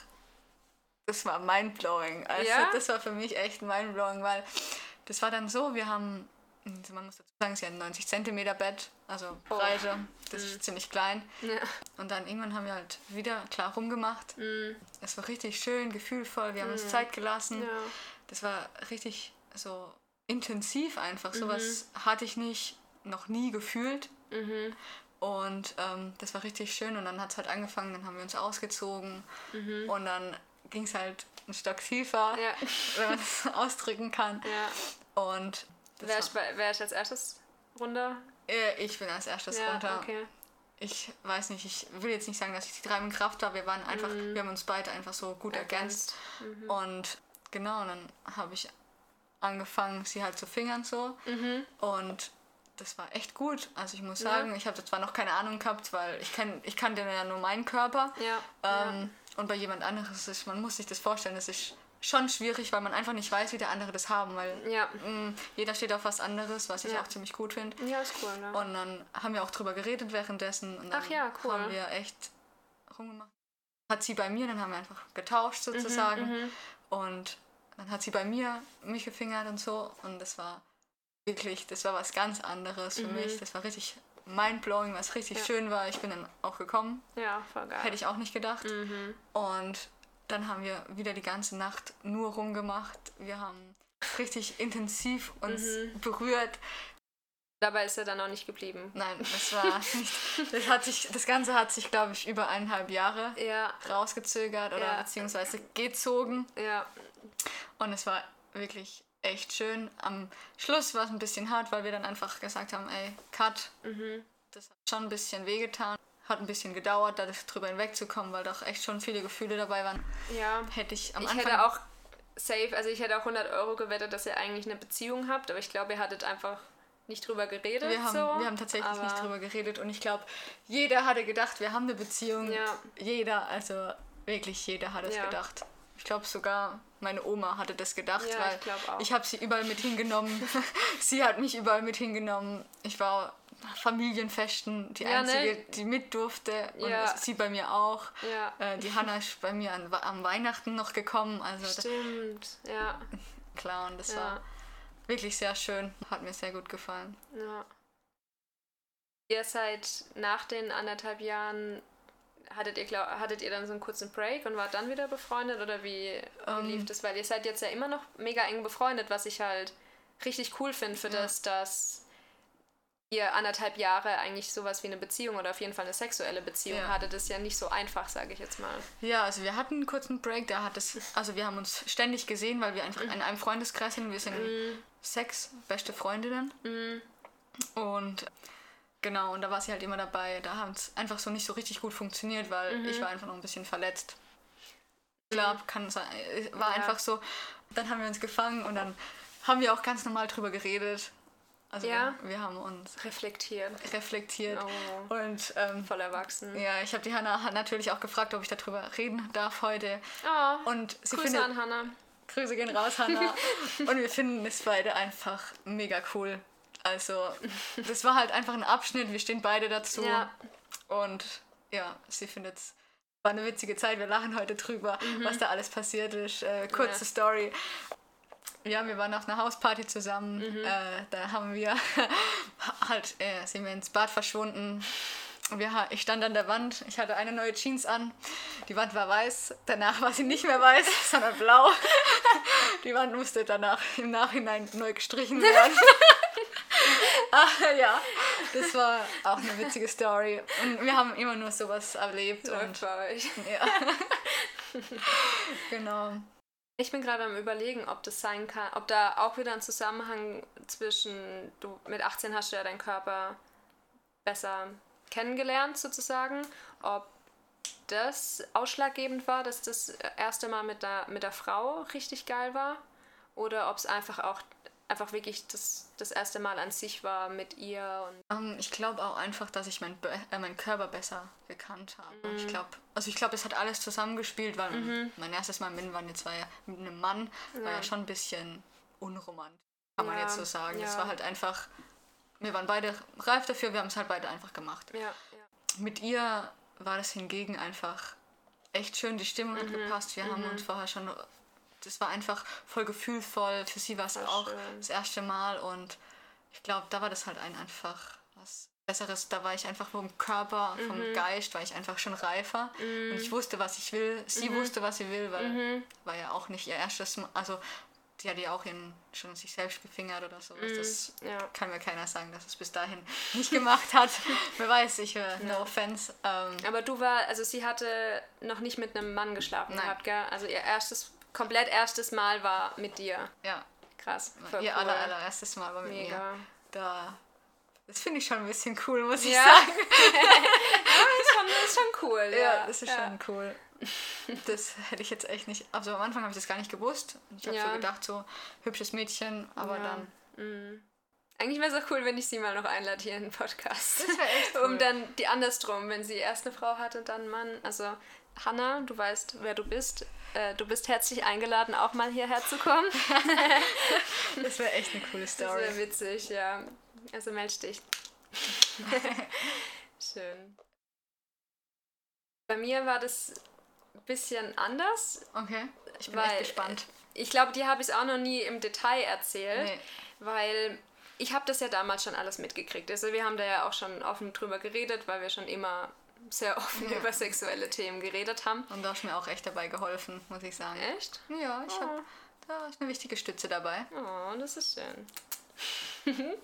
das war mindblowing. Also Ja? das war für mich echt mindblowing, weil das war dann so, wir haben, man muss dazu sagen, es ist ja ein neunzig Zentimeter Bett, also Oh. Breite, das ist ziemlich klein. Ja. Und dann irgendwann haben wir halt wieder klar rumgemacht. Mhm. Es war richtig schön, gefühlvoll, wir haben uns Mhm. Zeit gelassen. Ja. Das war richtig so intensiv einfach. Sowas hatte ich nicht, noch nie gefühlt. Mhm. Und ähm, das war richtig schön. Und dann hat es halt angefangen, dann haben wir uns ausgezogen. Mhm. Und dann ging es halt ein Stock tiefer, Ja. wenn man es ausdrücken kann. Ja. Und das Wer ist, war, bei- wer ist als erstes runter? äh, ich bin als erstes Ja, runter. okay. Ich weiß nicht, ich will jetzt nicht sagen, dass ich die treibende Kraft war. Wir waren einfach, Mhm. wir haben uns beide einfach so gut ergänzt. Mhm. Und genau, und dann habe ich angefangen, sie halt zu fingern so. Mhm. Und das war echt gut. Also ich muss Ja. sagen, ich habe zwar noch keine Ahnung gehabt, weil ich kenn, ich kannte ja nur meinen Körper. Ja. Ähm, Und bei jemand anderes ist, man muss sich das vorstellen, das ist schon schwierig, weil man einfach nicht weiß, wie der andere das haben, weil Ja. mh, jeder steht auf was anderes, was ich Ja. auch ziemlich gut finde. Ja, ist cool, ne? Und dann haben wir auch drüber geredet währenddessen. Und dann Ach ja, cool. haben wir echt rumgemacht. Hat sie bei mir, dann haben wir einfach getauscht sozusagen. Mhm. Und dann hat sie bei mir mich gefingert und so. Und das war wirklich, das war was ganz anderes für Mhm. mich. Das war richtig mindblowing, was richtig Ja. schön war. Ich bin dann auch gekommen. Ja, voll geil. Hätte ich auch nicht gedacht. Mhm. Und dann haben wir wieder die ganze Nacht nur rumgemacht. Wir haben richtig intensiv uns Mhm. berührt. Dabei ist er dann auch nicht geblieben. Nein, das war nicht. Das, hat sich, das Ganze hat sich, glaube ich, über eineinhalb Jahre Ja, rausgezögert oder Ja. beziehungsweise gezogen. ja. Und es war wirklich echt schön. Am Schluss war es ein bisschen hart, weil wir dann einfach gesagt haben, ey, Cut. Mhm. Das hat schon ein bisschen wehgetan. Hat ein bisschen gedauert, da drüber hinwegzukommen, weil doch echt schon viele Gefühle dabei waren. Ja. Hätte ich am Ich Anfang... hätte auch safe, also ich hätte auch hundert Euro gewettet, dass ihr eigentlich eine Beziehung habt, aber ich glaube, ihr hattet einfach nicht drüber geredet. Wir haben, so. wir haben tatsächlich aber nicht drüber geredet und ich glaube, jeder hatte gedacht, wir haben eine Beziehung. Ja. Jeder, also wirklich jeder hat es Ja. gedacht. Ich glaube sogar meine Oma hatte das gedacht, Ja, weil ich glaub auch. ich habe sie überall mit hingenommen. Sie hat mich überall mit hingenommen. Ich war Familienfesten, die Ja, einzige, ne? die mit durfte und Ja. sie bei mir auch. Ja. Äh, die Hanna ist bei mir an, am Weihnachten noch gekommen. Also da, Stimmt, ja. klar, und das Ja. war wirklich sehr schön. Hat mir sehr gut gefallen. Ja. Ihr seid nach den anderthalb Jahren, hattet ihr, glaub, hattet ihr dann so einen kurzen Break und wart dann wieder befreundet oder wie, wie Ähm. lief das? Weil ihr seid jetzt ja immer noch mega eng befreundet, was ich halt richtig cool finde für Ja. das, dass ihr anderthalb Jahre eigentlich sowas wie eine Beziehung oder auf jeden Fall eine sexuelle Beziehung Ja. hattet. Das ist ja nicht so einfach, sage ich jetzt mal. Ja, also wir hatten einen kurzen Break, da hat es, also wir haben uns ständig gesehen, weil wir einfach in einem Freundeskreis sind. Wir sind sechs beste Freundinnen. Mhm. Und genau, und da war sie halt immer dabei. Da haben es einfach so nicht so richtig gut funktioniert, weil Mhm. ich war einfach noch ein bisschen verletzt. Ich glaube, kann sein. War Ja. einfach so. Dann haben wir uns gefangen und dann haben wir auch ganz normal drüber geredet. Also Ja. wir, wir haben uns Reflektiert. reflektiert. Oh, Und ähm, voll erwachsen. ja, ich habe die Hanna hat natürlich auch gefragt, ob ich darüber reden darf heute. Oh, Und sie Grüße findet, an Hannah. Grüße gehen raus, Hanna. Und wir finden es beide einfach mega cool. Also, das war halt einfach ein Abschnitt, wir stehen beide dazu. Ja. Und ja, sie findet es. War eine witzige Zeit, wir lachen heute drüber, was da alles passiert ist. Äh, kurze Ja. Story. Ja, wir waren auf einer Hausparty zusammen. Äh, da haben wir halt, äh, sind wir ins Bad verschwunden. Wir, ha- ich stand an der Wand, ich hatte eine neue Jeans an. Die Wand war weiß, danach war sie nicht mehr weiß, sondern blau. Die Wand musste danach im Nachhinein neu gestrichen werden. Ah, ja, das war auch eine witzige Story. Und wir haben immer nur sowas erlebt. Läuft Und, bei euch. ja. Genau. Ich bin gerade am Überlegen, ob das sein kann, ob da auch wieder ein Zusammenhang zwischen, du mit achtzehn hast du ja deinen Körper besser kennengelernt sozusagen, ob das ausschlaggebend war, dass das erste Mal mit der, mit der Frau richtig geil war oder ob es einfach auch einfach wirklich das, das erste Mal an sich war mit ihr? Und um, ich glaube auch einfach, dass ich mein, Be- äh, meinen Körper besser gekannt habe. Mhm. Ich glaube, also ich glaube, es hat alles zusammengespielt, weil Mhm. mein erstes Mal mit Wann jetzt war ja mit einem Mann, war Ja. ja schon ein bisschen unromantisch, kann man Ja, jetzt so sagen. ja. Es war halt einfach, wir waren beide reif dafür, wir haben es halt beide einfach gemacht. Ja, ja. Mit ihr war das hingegen einfach echt schön, die Stimmung hat Mhm. gepasst, wir haben Mhm. uns vorher schon, das war einfach voll gefühlvoll, für sie war es Voll auch schön. das erste Mal und ich glaube, da war das halt ein einfach was Besseres, da war ich einfach vom Körper, vom Mhm. Geist, war ich einfach schon reifer Mhm. und ich wusste, was ich will, sie Mhm. wusste, was sie will, weil Mhm. war ja auch nicht ihr erstes Mal, also die hat ja auch ihren, schon sich selbst gefingert oder sowas, Mhm. das Ja. kann mir keiner sagen, dass es bis dahin nicht gemacht hat. Wer weiß, ich, äh, no Ja. offense. Ähm, Aber du war, also sie hatte noch nicht mit einem Mann geschlafen Nein. gehabt, gell? Also ihr erstes, komplett erstes Mal war mit dir. ja, Krass. Voll ihr cool. aller, allererstes Mal war mit mir. Mega. Da, das finde ich schon ein bisschen cool, muss ich Ja. sagen. ist, schon, ist schon cool, ja. Ja, das ist ja. schon cool. Das hätte ich jetzt echt nicht. Also am Anfang habe ich das gar nicht gewusst. Ich habe Ja. so gedacht, so hübsches Mädchen, aber Ja. dann. Mhm. Eigentlich wäre es auch cool, wenn ich sie mal noch einlade hier in den Podcast. Das wäre echt cool. Um dann die andersrum, wenn sie erst eine Frau hat und dann einen Mann. Also Hannah, du weißt, wer du bist. Äh, du bist herzlich eingeladen, auch mal hierher zu kommen. Das wäre echt eine coole Das Story. wäre witzig, ja. Also meld dich. Schön. Bei mir war das ein bisschen anders. Okay, ich bin Weil, echt gespannt. Ich glaube, die habe ich auch noch nie im Detail erzählt, Nee. weil ich habe das ja damals schon alles mitgekriegt. Also wir haben da ja auch schon offen drüber geredet, weil wir schon immer sehr offen Ja. über sexuelle Themen geredet haben. Und du hast mir auch echt dabei geholfen, muss ich sagen. Echt? Ja, ich Oh. habe da ist eine wichtige Stütze dabei. Oh, das ist schön.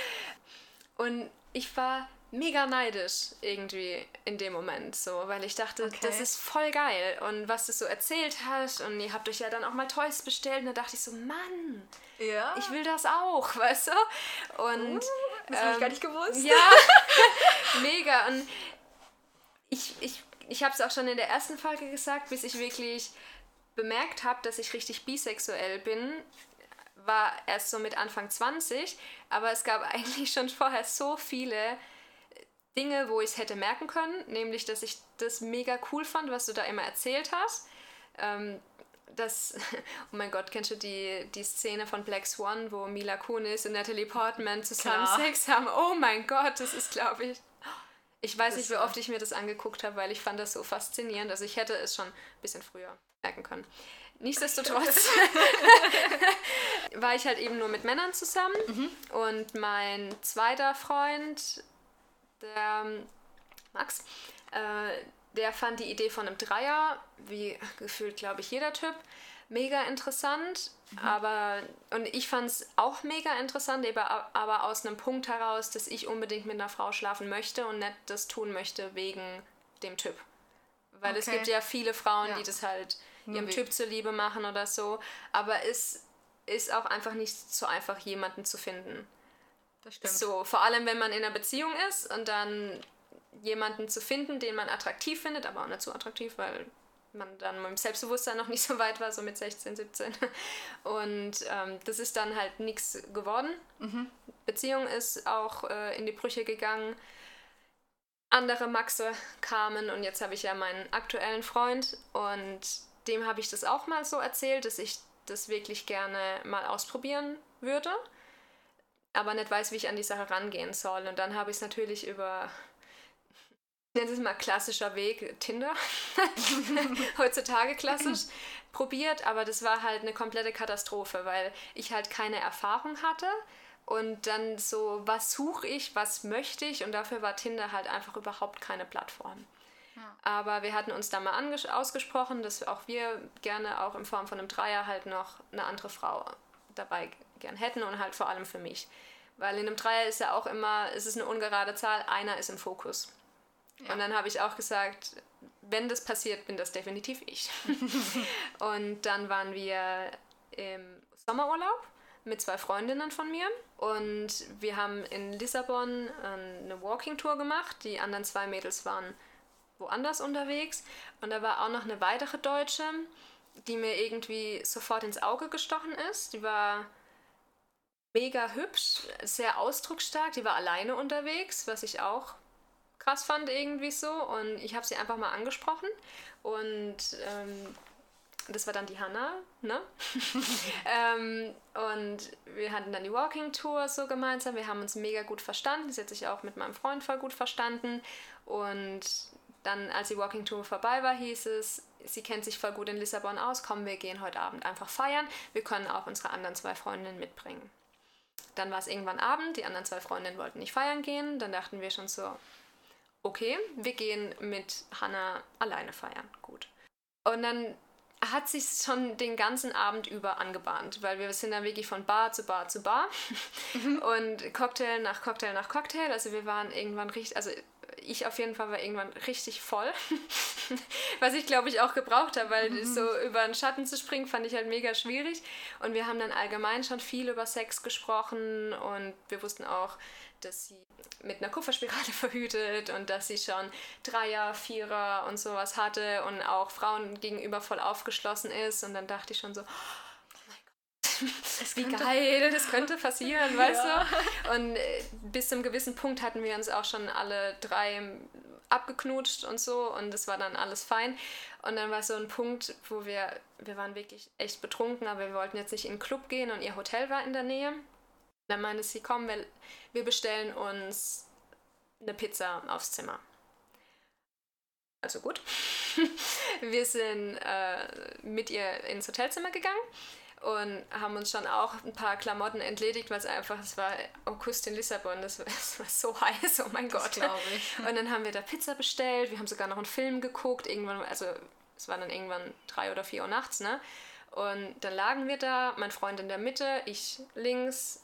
Und ich war mega neidisch irgendwie in dem Moment so, weil ich dachte, Okay. das ist voll geil und was du so erzählt hast und ihr habt euch ja dann auch mal Toys bestellt und da dachte ich so, Mann, Ja. ich will das auch, weißt du? Und das habe ich ähm, gar nicht gewusst. ja, mega. Und ich, ich, ich habe es auch schon in der ersten Folge gesagt, bis ich wirklich bemerkt habe, dass ich richtig bisexuell bin, war erst so mit Anfang zwanzig, aber es gab eigentlich schon vorher so viele Dinge, wo ich es hätte merken können, nämlich, dass ich das mega cool fand, was du da immer erzählt hast. Ähm, das, oh mein Gott, kennst du die, die Szene von Black Swan, wo Mila Kunis und Natalie Portman zusammen Klar. Sex haben? Oh mein Gott, das ist, glaube ich... Ich weiß Das nicht, wie war- oft ich mir das angeguckt habe, weil ich fand das so faszinierend. Also ich hätte es schon ein bisschen früher merken können. Nichtsdestotrotz war ich halt eben nur mit Männern zusammen und mein zweiter Freund, der Max, äh, der fand die Idee von einem Dreier, wie gefühlt, glaube ich, jeder Typ, mega interessant. Aber, und ich fand es auch mega interessant, eben, aber aus einem Punkt heraus, dass ich unbedingt mit einer Frau schlafen möchte und nicht das tun möchte wegen dem Typ. Weil es Okay. gibt ja viele Frauen, Ja. die das halt Nur ihrem wie- Typ zuliebe machen oder so. Aber es ist auch einfach nicht so einfach, jemanden zu finden. Das stimmt. So, vor allem, wenn man in einer Beziehung ist und dann jemanden zu finden, den man attraktiv findet, aber auch nicht so attraktiv, weil man dann mit dem Selbstbewusstsein noch nicht so weit war, so mit sechzehn, siebzehn. Und ähm, das ist dann halt nichts geworden. Mhm. Beziehung ist auch äh, in die Brüche gegangen. Andere Maxe kamen und jetzt habe ich ja meinen aktuellen Freund und dem habe ich das auch mal so erzählt, dass ich das wirklich gerne mal ausprobieren würde, aber nicht weiß, wie ich an die Sache rangehen soll. Und dann habe ich es natürlich über, nennen Sie es mal klassischer Weg, Tinder, heutzutage klassisch, probiert, aber das war halt eine komplette Katastrophe, weil ich halt keine Erfahrung hatte und dann so, was suche ich, was möchte ich, und dafür war Tinder halt einfach überhaupt keine Plattform. Ja. Aber wir hatten uns da mal anges- ausgesprochen, dass auch wir gerne auch in Form von einem Dreier halt noch eine andere Frau dabei gern hätten und halt vor allem für mich. Weil in einem Dreier ist ja auch immer, es ist eine ungerade Zahl, einer ist im Fokus. Ja. Und dann habe ich auch gesagt, wenn das passiert, bin das definitiv ich. Und dann waren wir im Sommerurlaub mit zwei Freundinnen von mir und wir haben in Lissabon eine Walking-Tour gemacht. Die anderen zwei Mädels waren woanders unterwegs und da war auch noch eine weitere Deutsche, die mir irgendwie sofort ins Auge gestochen ist. Die war mega hübsch, sehr ausdrucksstark. Die war alleine unterwegs, was ich auch krass fand irgendwie so. Und ich habe sie einfach mal angesprochen. Und ähm, das war dann die Hannah, ne? ähm, und wir hatten dann die Walking-Tour so gemeinsam. Wir haben uns mega gut verstanden. Sie hat sich auch mit meinem Freund voll gut verstanden. Und dann, als die Walking-Tour vorbei war, hieß es, sie kennt sich voll gut in Lissabon aus. Komm, wir gehen heute Abend einfach feiern. Wir können auch unsere anderen zwei Freundinnen mitbringen. Dann war es irgendwann Abend. Die anderen zwei Freundinnen wollten nicht feiern gehen. Dann dachten wir schon so, okay, wir gehen mit Hannah alleine feiern. Gut. Und dann hat sich schon den ganzen Abend über angebahnt, weil wir sind dann wirklich von Bar zu Bar zu Bar und Cocktail nach Cocktail nach Cocktail. Also wir waren irgendwann richtig, also ich auf jeden Fall war irgendwann richtig voll, was ich glaube ich auch gebraucht habe, weil mhm. so über den Schatten zu springen fand ich halt mega schwierig. Und wir haben dann allgemein schon viel über Sex gesprochen und wir wussten auch, dass sie mit einer Kupferspirale verhütet und dass sie schon Dreier, Vierer und sowas hatte und auch Frauen gegenüber voll aufgeschlossen ist. Und dann dachte ich schon so, oh mein Gott, wie geil, das könnte passieren, weißt ja. du? Und bis zu einem gewissen Punkt hatten wir uns auch schon alle drei abgeknutscht und so und das war dann alles fein. Und dann war so ein Punkt, wo wir, wir waren wirklich echt betrunken, aber wir wollten jetzt nicht in den Club gehen und ihr Hotel war in der Nähe. Dann meinte sie, komm, wir, wir bestellen uns eine Pizza aufs Zimmer. Also gut. Wir sind äh, mit ihr ins Hotelzimmer gegangen und haben uns schon auch ein paar Klamotten entledigt, weil es einfach, es war August in Lissabon, das war, das war so heiß, oh mein Gott. Glaube ich. Und dann haben wir da Pizza bestellt, wir haben sogar noch einen Film geguckt, irgendwann, also es war dann irgendwann drei oder vier Uhr nachts, ne? Und dann lagen wir da, mein Freund in der Mitte, ich links,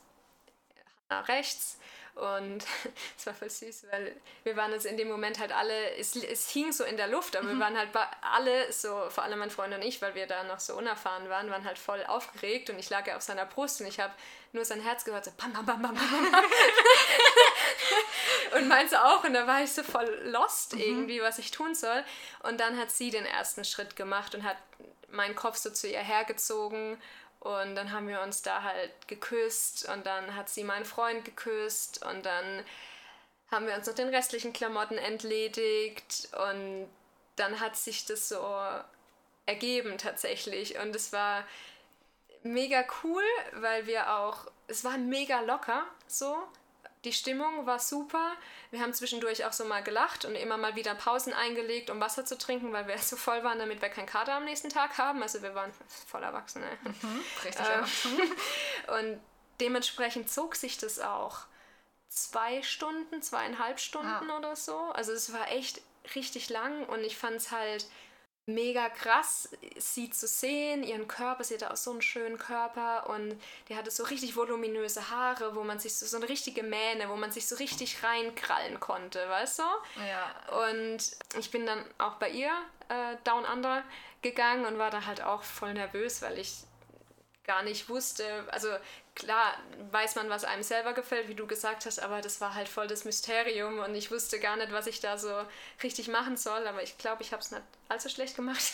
rechts und es war voll süß, weil wir waren uns in dem Moment halt alle, es, es hing so in der Luft, aber mhm. wir waren halt alle so, vor allem mein Freund und ich, weil wir da noch so unerfahren waren, waren halt voll aufgeregt und ich lag ja auf seiner Brust und ich habe nur sein Herz gehört, so bam, bam, bam, bam, bam, bam. Und meins auch und da war ich so voll lost irgendwie, mhm. was ich tun soll und dann hat sie den ersten Schritt gemacht und hat meinen Kopf so zu ihr hergezogen. Und dann haben wir uns da halt geküsst und dann hat sie meinen Freund geküsst und dann haben wir uns noch den restlichen Klamotten entledigt und dann hat sich das so ergeben tatsächlich und es war mega cool, weil wir auch, es war mega locker so, die Stimmung war super, wir haben zwischendurch auch so mal gelacht und immer mal wieder Pausen eingelegt, um Wasser zu trinken, weil wir so voll waren, damit wir keinen Kater am nächsten Tag haben, also wir waren voll Erwachsene. Mhm, richtig erwachsen. Und dementsprechend zog sich das auch zwei Stunden, zweieinhalb Stunden ja. oder so, also es war echt richtig lang und ich fand es halt mega krass, sie zu sehen, ihren Körper, sie hatte auch so einen schönen Körper und die hatte so richtig voluminöse Haare, wo man sich so, so eine richtige Mähne, wo man sich so richtig reinkrallen konnte, weißt du? Ja. Und ich bin dann auch bei ihr äh, Down Under gegangen und war da halt auch voll nervös, weil ich gar nicht wusste, also klar weiß man, was einem selber gefällt, wie du gesagt hast, aber das war halt voll das Mysterium und ich wusste gar nicht, was ich da so richtig machen soll, aber ich glaube, ich habe es nicht allzu schlecht gemacht.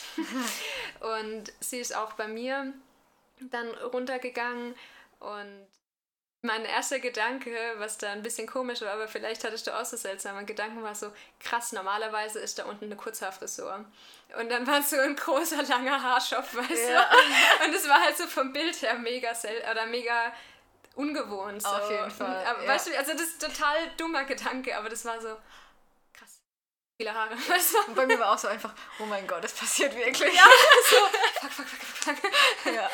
Und sie ist auch bei mir dann runtergegangen und mein erster Gedanke, was da ein bisschen komisch war, aber vielleicht hattest du auch so seltsame Gedanken, war so, krass, normalerweise ist da unten eine Kurzhaarfrisur. Und dann war so ein großer, langer Haarschopf, weißt ja. du? Und es war halt so vom Bild her mega sel- oder mega ungewohnt. So. Auf jeden Fall. Aber, ja. weißt du, also das ist ein total dummer Gedanke, aber das war so, krass, viele Haare, weißt du? Und bei mir war auch so einfach, oh mein Gott, das passiert wirklich. Ja, so, fuck, fuck, fuck, fuck. Ja.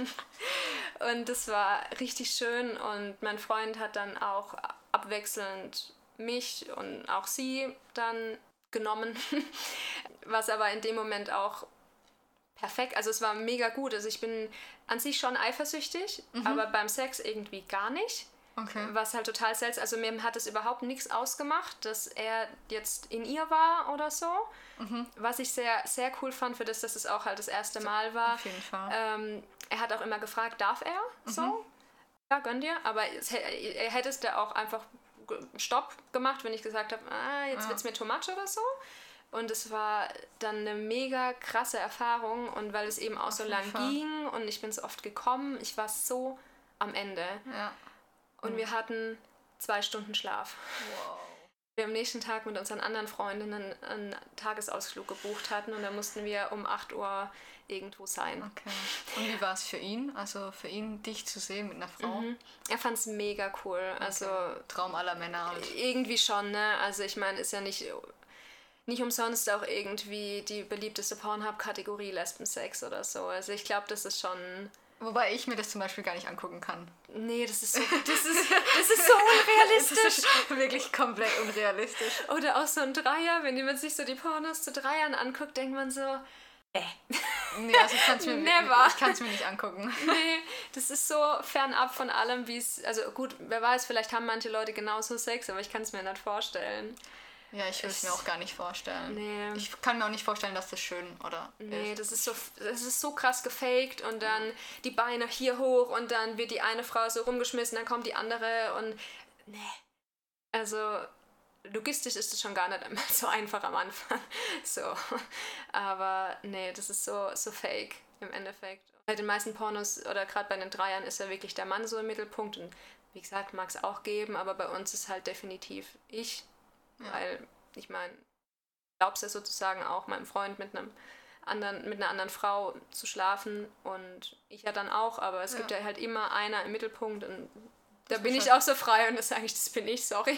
Und das war richtig schön und mein Freund hat dann auch abwechselnd mich und auch sie dann genommen, was aber in dem Moment auch perfekt, also es war mega gut, also ich bin an sich schon eifersüchtig, mhm. aber beim Sex irgendwie gar nicht. Okay. Was halt total seltsam, also mir hat es überhaupt nichts ausgemacht, dass er jetzt in ihr war oder so. Mhm. Was ich sehr, sehr cool fand, für das, dass es auch halt das erste Mal war. Auf jeden Fall. Ähm, er hat auch immer gefragt, darf er? Mhm. So? Ja, gönn dir. Aber es, er hätte es da auch einfach Stopp gemacht, wenn ich gesagt habe, ah, jetzt ja. wird's mir too much oder so. Und es war dann eine mega krasse Erfahrung und weil es eben auch Auf so lang Fall. ging und ich bin so oft gekommen, ich war so am Ende. Ja. Und mhm. wir hatten zwei Stunden Schlaf. Wow. Wir am nächsten Tag mit unseren anderen Freundinnen einen Tagesausflug gebucht hatten und da mussten wir um acht Uhr irgendwo sein. Okay. Und wie war es für ihn? Also für ihn, dich zu sehen mit einer Frau? Mhm. Er fand es mega cool. Okay. Also Traum aller Männer halt. Irgendwie schon, ne? Also ich meine, ist ja nicht, nicht umsonst auch irgendwie die beliebteste Pornhub-Kategorie Lesbensex oder so. Also ich glaube, das ist schon... Wobei ich mir das zum Beispiel gar nicht angucken kann. Nee, das ist so, das ist, das ist so unrealistisch. Das ist wirklich komplett unrealistisch. Oder auch so ein Dreier, wenn man sich so die Pornos zu Dreiern anguckt, denkt man so, äh. Nee, also ich kann es mir, mir nicht angucken. Nee, das ist so fernab von allem, wie es, also gut, wer weiß, vielleicht haben manche Leute genauso Sex, aber ich kann es mir nicht vorstellen. Ja, ich will es mir auch gar nicht vorstellen. Nee. Ich kann mir auch nicht vorstellen, dass das schön oder Nee, ist. das ist so das ist so krass gefaked und dann die Beine hier hoch und dann wird die eine Frau so rumgeschmissen, dann kommt die andere und nee. Also logistisch ist es schon gar nicht immer so einfach am Anfang. So. Aber nee, das ist so, so fake im Endeffekt. Bei den meisten Pornos oder gerade bei den Dreiern ist ja wirklich der Mann so im Mittelpunkt und wie gesagt, mag es auch geben, aber bei uns ist halt definitiv ich. Ja. Weil, ich meine, ich glaube es ja sozusagen auch, meinem Freund mit einem anderen, mit einer anderen Frau zu schlafen und ich ja dann auch, aber es ja. gibt ja halt immer einer im Mittelpunkt und da bin ich auch so frei und das sage ich, das bin ich, sorry.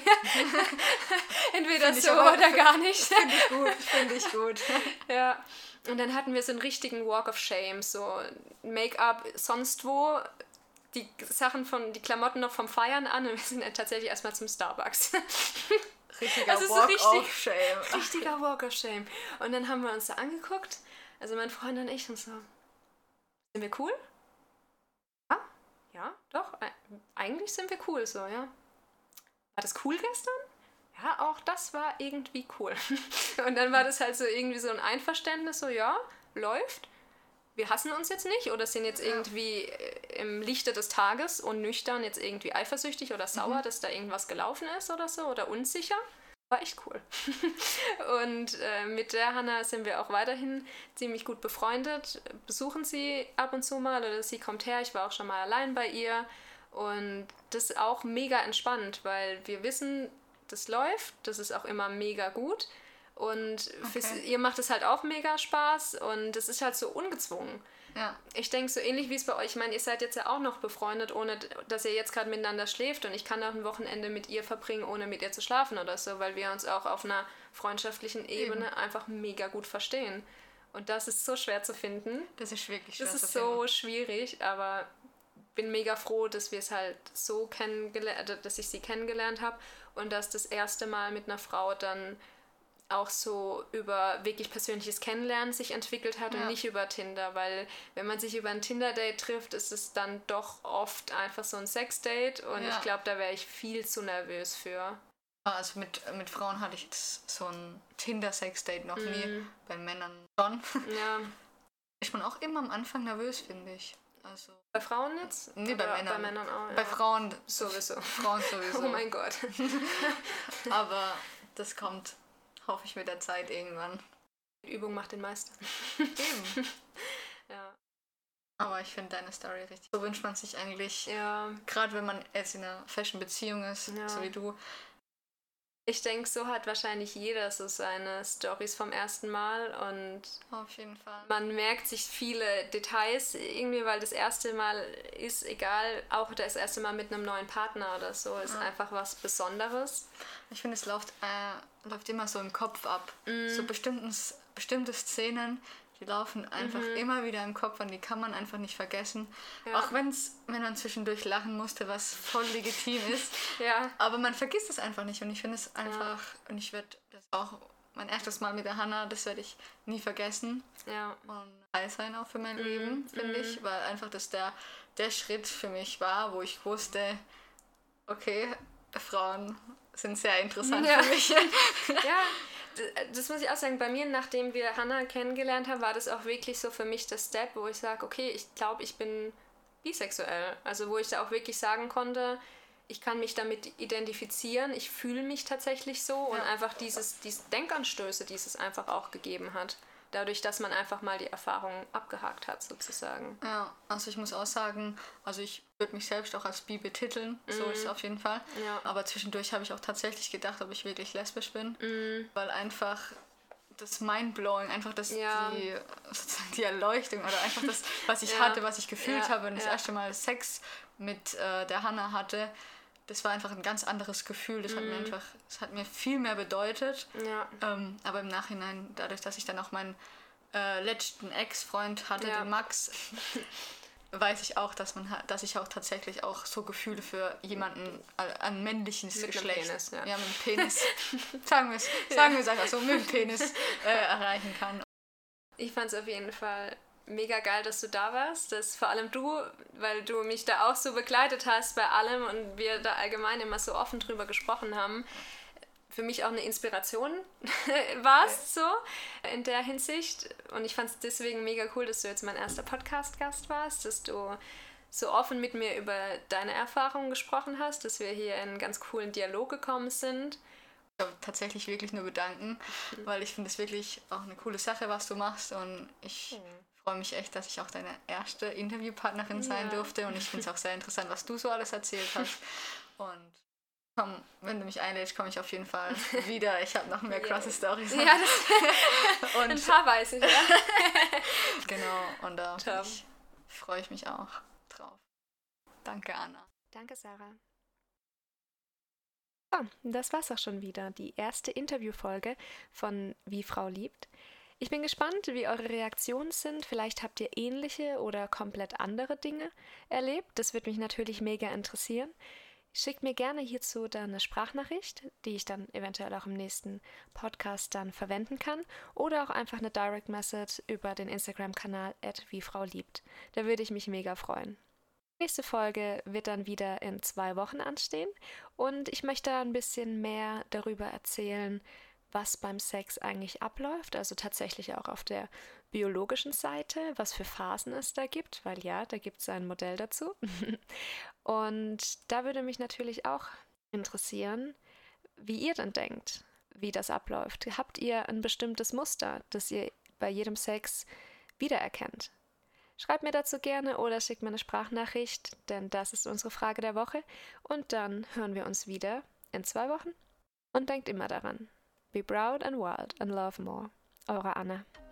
Entweder so aber, oder gar nicht. Finde ich gut, finde ich gut. Ja, und dann hatten wir so einen richtigen Walk of Shame, so Make-up sonst wo, die Sachen von, die Klamotten noch vom Feiern an und wir sind dann tatsächlich erstmal zum Starbucks. Richtiger also Walk so richtig, of Shame. Richtiger Walk of Shame. Und dann haben wir uns da angeguckt, also mein Freund und ich, und so, sind wir cool? Ja, ja, doch, eigentlich sind wir cool, so, ja. War das cool gestern? Ja, auch das war irgendwie cool. Und dann war das halt so irgendwie so ein Einverständnis, so, ja, läuft. Wir hassen uns jetzt nicht oder sind jetzt irgendwie im Lichte des Tages und nüchtern jetzt irgendwie eifersüchtig oder sauer, mhm. dass da irgendwas gelaufen ist oder so oder unsicher. War echt cool. Und äh, mit der Hannah sind wir auch weiterhin ziemlich gut befreundet, besuchen sie ab und zu mal oder sie kommt her, ich war auch schon mal allein bei ihr und das ist auch mega entspannt, weil wir wissen, das läuft, das ist auch immer mega gut. Und okay. für, ihr macht es halt auch mega Spaß und es ist halt so ungezwungen. Ja. Ich denke, so ähnlich wie es bei euch, ich meine, ihr seid jetzt ja auch noch befreundet, ohne dass ihr jetzt gerade miteinander schläft und ich kann auch ein Wochenende mit ihr verbringen, ohne mit ihr zu schlafen oder so, weil wir uns auch auf einer freundschaftlichen Ebene Eben. einfach mega gut verstehen. Und das ist so schwer zu finden. Das ist wirklich schwer zu finden. Das ist so schwierig, aber bin mega froh, dass wir es halt so kennengelernt, dass ich sie kennengelernt habe und dass das erste Mal mit einer Frau dann auch so über wirklich persönliches Kennenlernen sich entwickelt hat ja. und nicht über Tinder, weil wenn man sich über ein Tinder-Date trifft, ist es dann doch oft einfach so ein Sex-Date und ja. ich glaube, da wäre ich viel zu nervös für. Also mit, mit Frauen hatte ich jetzt so ein Tinder-Sex-Date noch mm. nie, bei Männern schon. Ja. Ist man auch immer am Anfang nervös, finde ich. Also bei Frauen jetzt? Nee, bei Männern. Bei Männern auch, Bei ja. Frauen sowieso. Frauen sowieso. Oh mein Gott. Aber das kommt... hoffe ich mit der Zeit irgendwann. Die Übung macht den Meister. Eben. Ja. Aber ich finde deine Story richtig. So wünscht man sich eigentlich, ja. gerade wenn man jetzt in einer festen Beziehung ist, ja. so wie du. Ich denke, so hat wahrscheinlich jeder so seine Storys vom ersten Mal und auf jeden Fall. Man merkt sich viele Details irgendwie, weil das erste Mal ist, egal, auch das erste Mal mit einem neuen Partner oder so, ist ja. einfach was Besonderes. Ich finde, es läuft, äh, läuft immer so im Kopf ab. Mm. So bestimmte Szenen, die laufen einfach mhm. immer wieder im Kopf und die kann man einfach nicht vergessen. Ja. Auch wenn's, wenn man zwischendurch lachen musste, was voll legitim ist. Ja. Aber man vergisst es einfach nicht und ich finde es einfach, ja. und ich werde das auch, mein erstes Mal mit der Hannah, das werde ich nie vergessen. Ja. Und heil sein auch für mein mhm. Leben, finde mhm. ich, weil einfach das der, der Schritt für mich war, wo ich wusste, okay, Frauen sind sehr interessant ja. für mich. Ja. Das muss ich auch sagen, bei mir, nachdem wir Hannah kennengelernt haben, war das auch wirklich so für mich der Step, wo ich sage, okay, ich glaube, ich bin bisexuell. Also wo ich da auch wirklich sagen konnte, ich kann mich damit identifizieren, ich fühle mich tatsächlich so und ja. einfach dieses, diese Denkanstöße, die es einfach auch gegeben hat. dadurch, dass man einfach mal die Erfahrung abgehakt hat, sozusagen. Ja, also ich muss auch sagen, also ich würde mich selbst auch als bi betiteln, mm. so ist es auf jeden Fall. Ja. Aber zwischendurch habe ich auch tatsächlich gedacht, ob ich wirklich lesbisch bin, Mm. weil einfach das Mindblowing, einfach das, ja. die, sozusagen die Erleuchtung oder einfach das, was ich ja. hatte, was ich gefühlt ja. habe, wenn ich ja. das erste Mal Sex mit äh, der Hannah hatte, das war einfach ein ganz anderes Gefühl. Das mm. hat mir einfach, das hat mir viel mehr bedeutet. Ja. Ähm, aber im Nachhinein, dadurch, dass ich dann auch meinen äh, letzten Ex-Freund hatte, ja. den Max, weiß ich auch, dass man dass ich auch tatsächlich auch so Gefühle für jemanden an männliches mit Geschlecht, Penis, ja. ja, mit dem Penis, sagen wir es sagen ja. einfach so, mit dem Penis äh, erreichen kann. Ich fand es auf jeden Fall mega geil, dass du da warst, dass vor allem du, weil du mich da auch so begleitet hast bei allem und wir da allgemein immer so offen drüber gesprochen haben, für mich auch eine Inspiration warst, so in der Hinsicht. Und ich fand es deswegen mega cool, dass du jetzt mein erster Podcast-Gast warst, dass du so offen mit mir über deine Erfahrungen gesprochen hast, dass wir hier in einen ganz coolen Dialog gekommen sind. Ich glaube, tatsächlich wirklich nur bedanken, mhm. weil ich finde es wirklich auch eine coole Sache, was du machst, und ich mhm. freue mich echt, dass ich auch deine erste Interviewpartnerin sein ja. durfte, und ich finde es auch sehr interessant, was du so alles erzählt hast. Und komm, wenn du mich einlädst, komme ich auf jeden Fall wieder. Ich habe noch mehr krasse Storys. Ja, das und ein paar weiß ich, ja. Genau, und da freue ich mich auch drauf. Danke, Anna. Danke, Sarah. So, das war's auch schon wieder, die erste Interviewfolge von Wie Frau liebt. Ich bin gespannt, wie eure Reaktionen sind. Vielleicht habt ihr ähnliche oder komplett andere Dinge erlebt. Das würde mich natürlich mega interessieren. Schickt mir gerne hierzu dann eine Sprachnachricht, die ich dann eventuell auch im nächsten Podcast dann verwenden kann, oder auch einfach eine Direct Message über den Instagram-Kanal at wie Frau liebt. Da würde ich mich mega freuen. Die nächste Folge wird dann wieder in zwei Wochen anstehen, und ich möchte ein bisschen mehr darüber erzählen, was beim Sex eigentlich abläuft, also tatsächlich auch auf der biologischen Seite, was für Phasen es da gibt, weil ja, da gibt es ein Modell dazu. Und da würde mich natürlich auch interessieren, wie ihr dann denkt, wie das abläuft. Habt ihr ein bestimmtes Muster, das ihr bei jedem Sex wiedererkennt? Schreibt mir dazu gerne oder schickt mir eine Sprachnachricht, denn das ist unsere Frage der Woche. Und dann hören wir uns wieder in zwei Wochen. Und denkt immer daran, be proud and wild and love more. Eure Anna.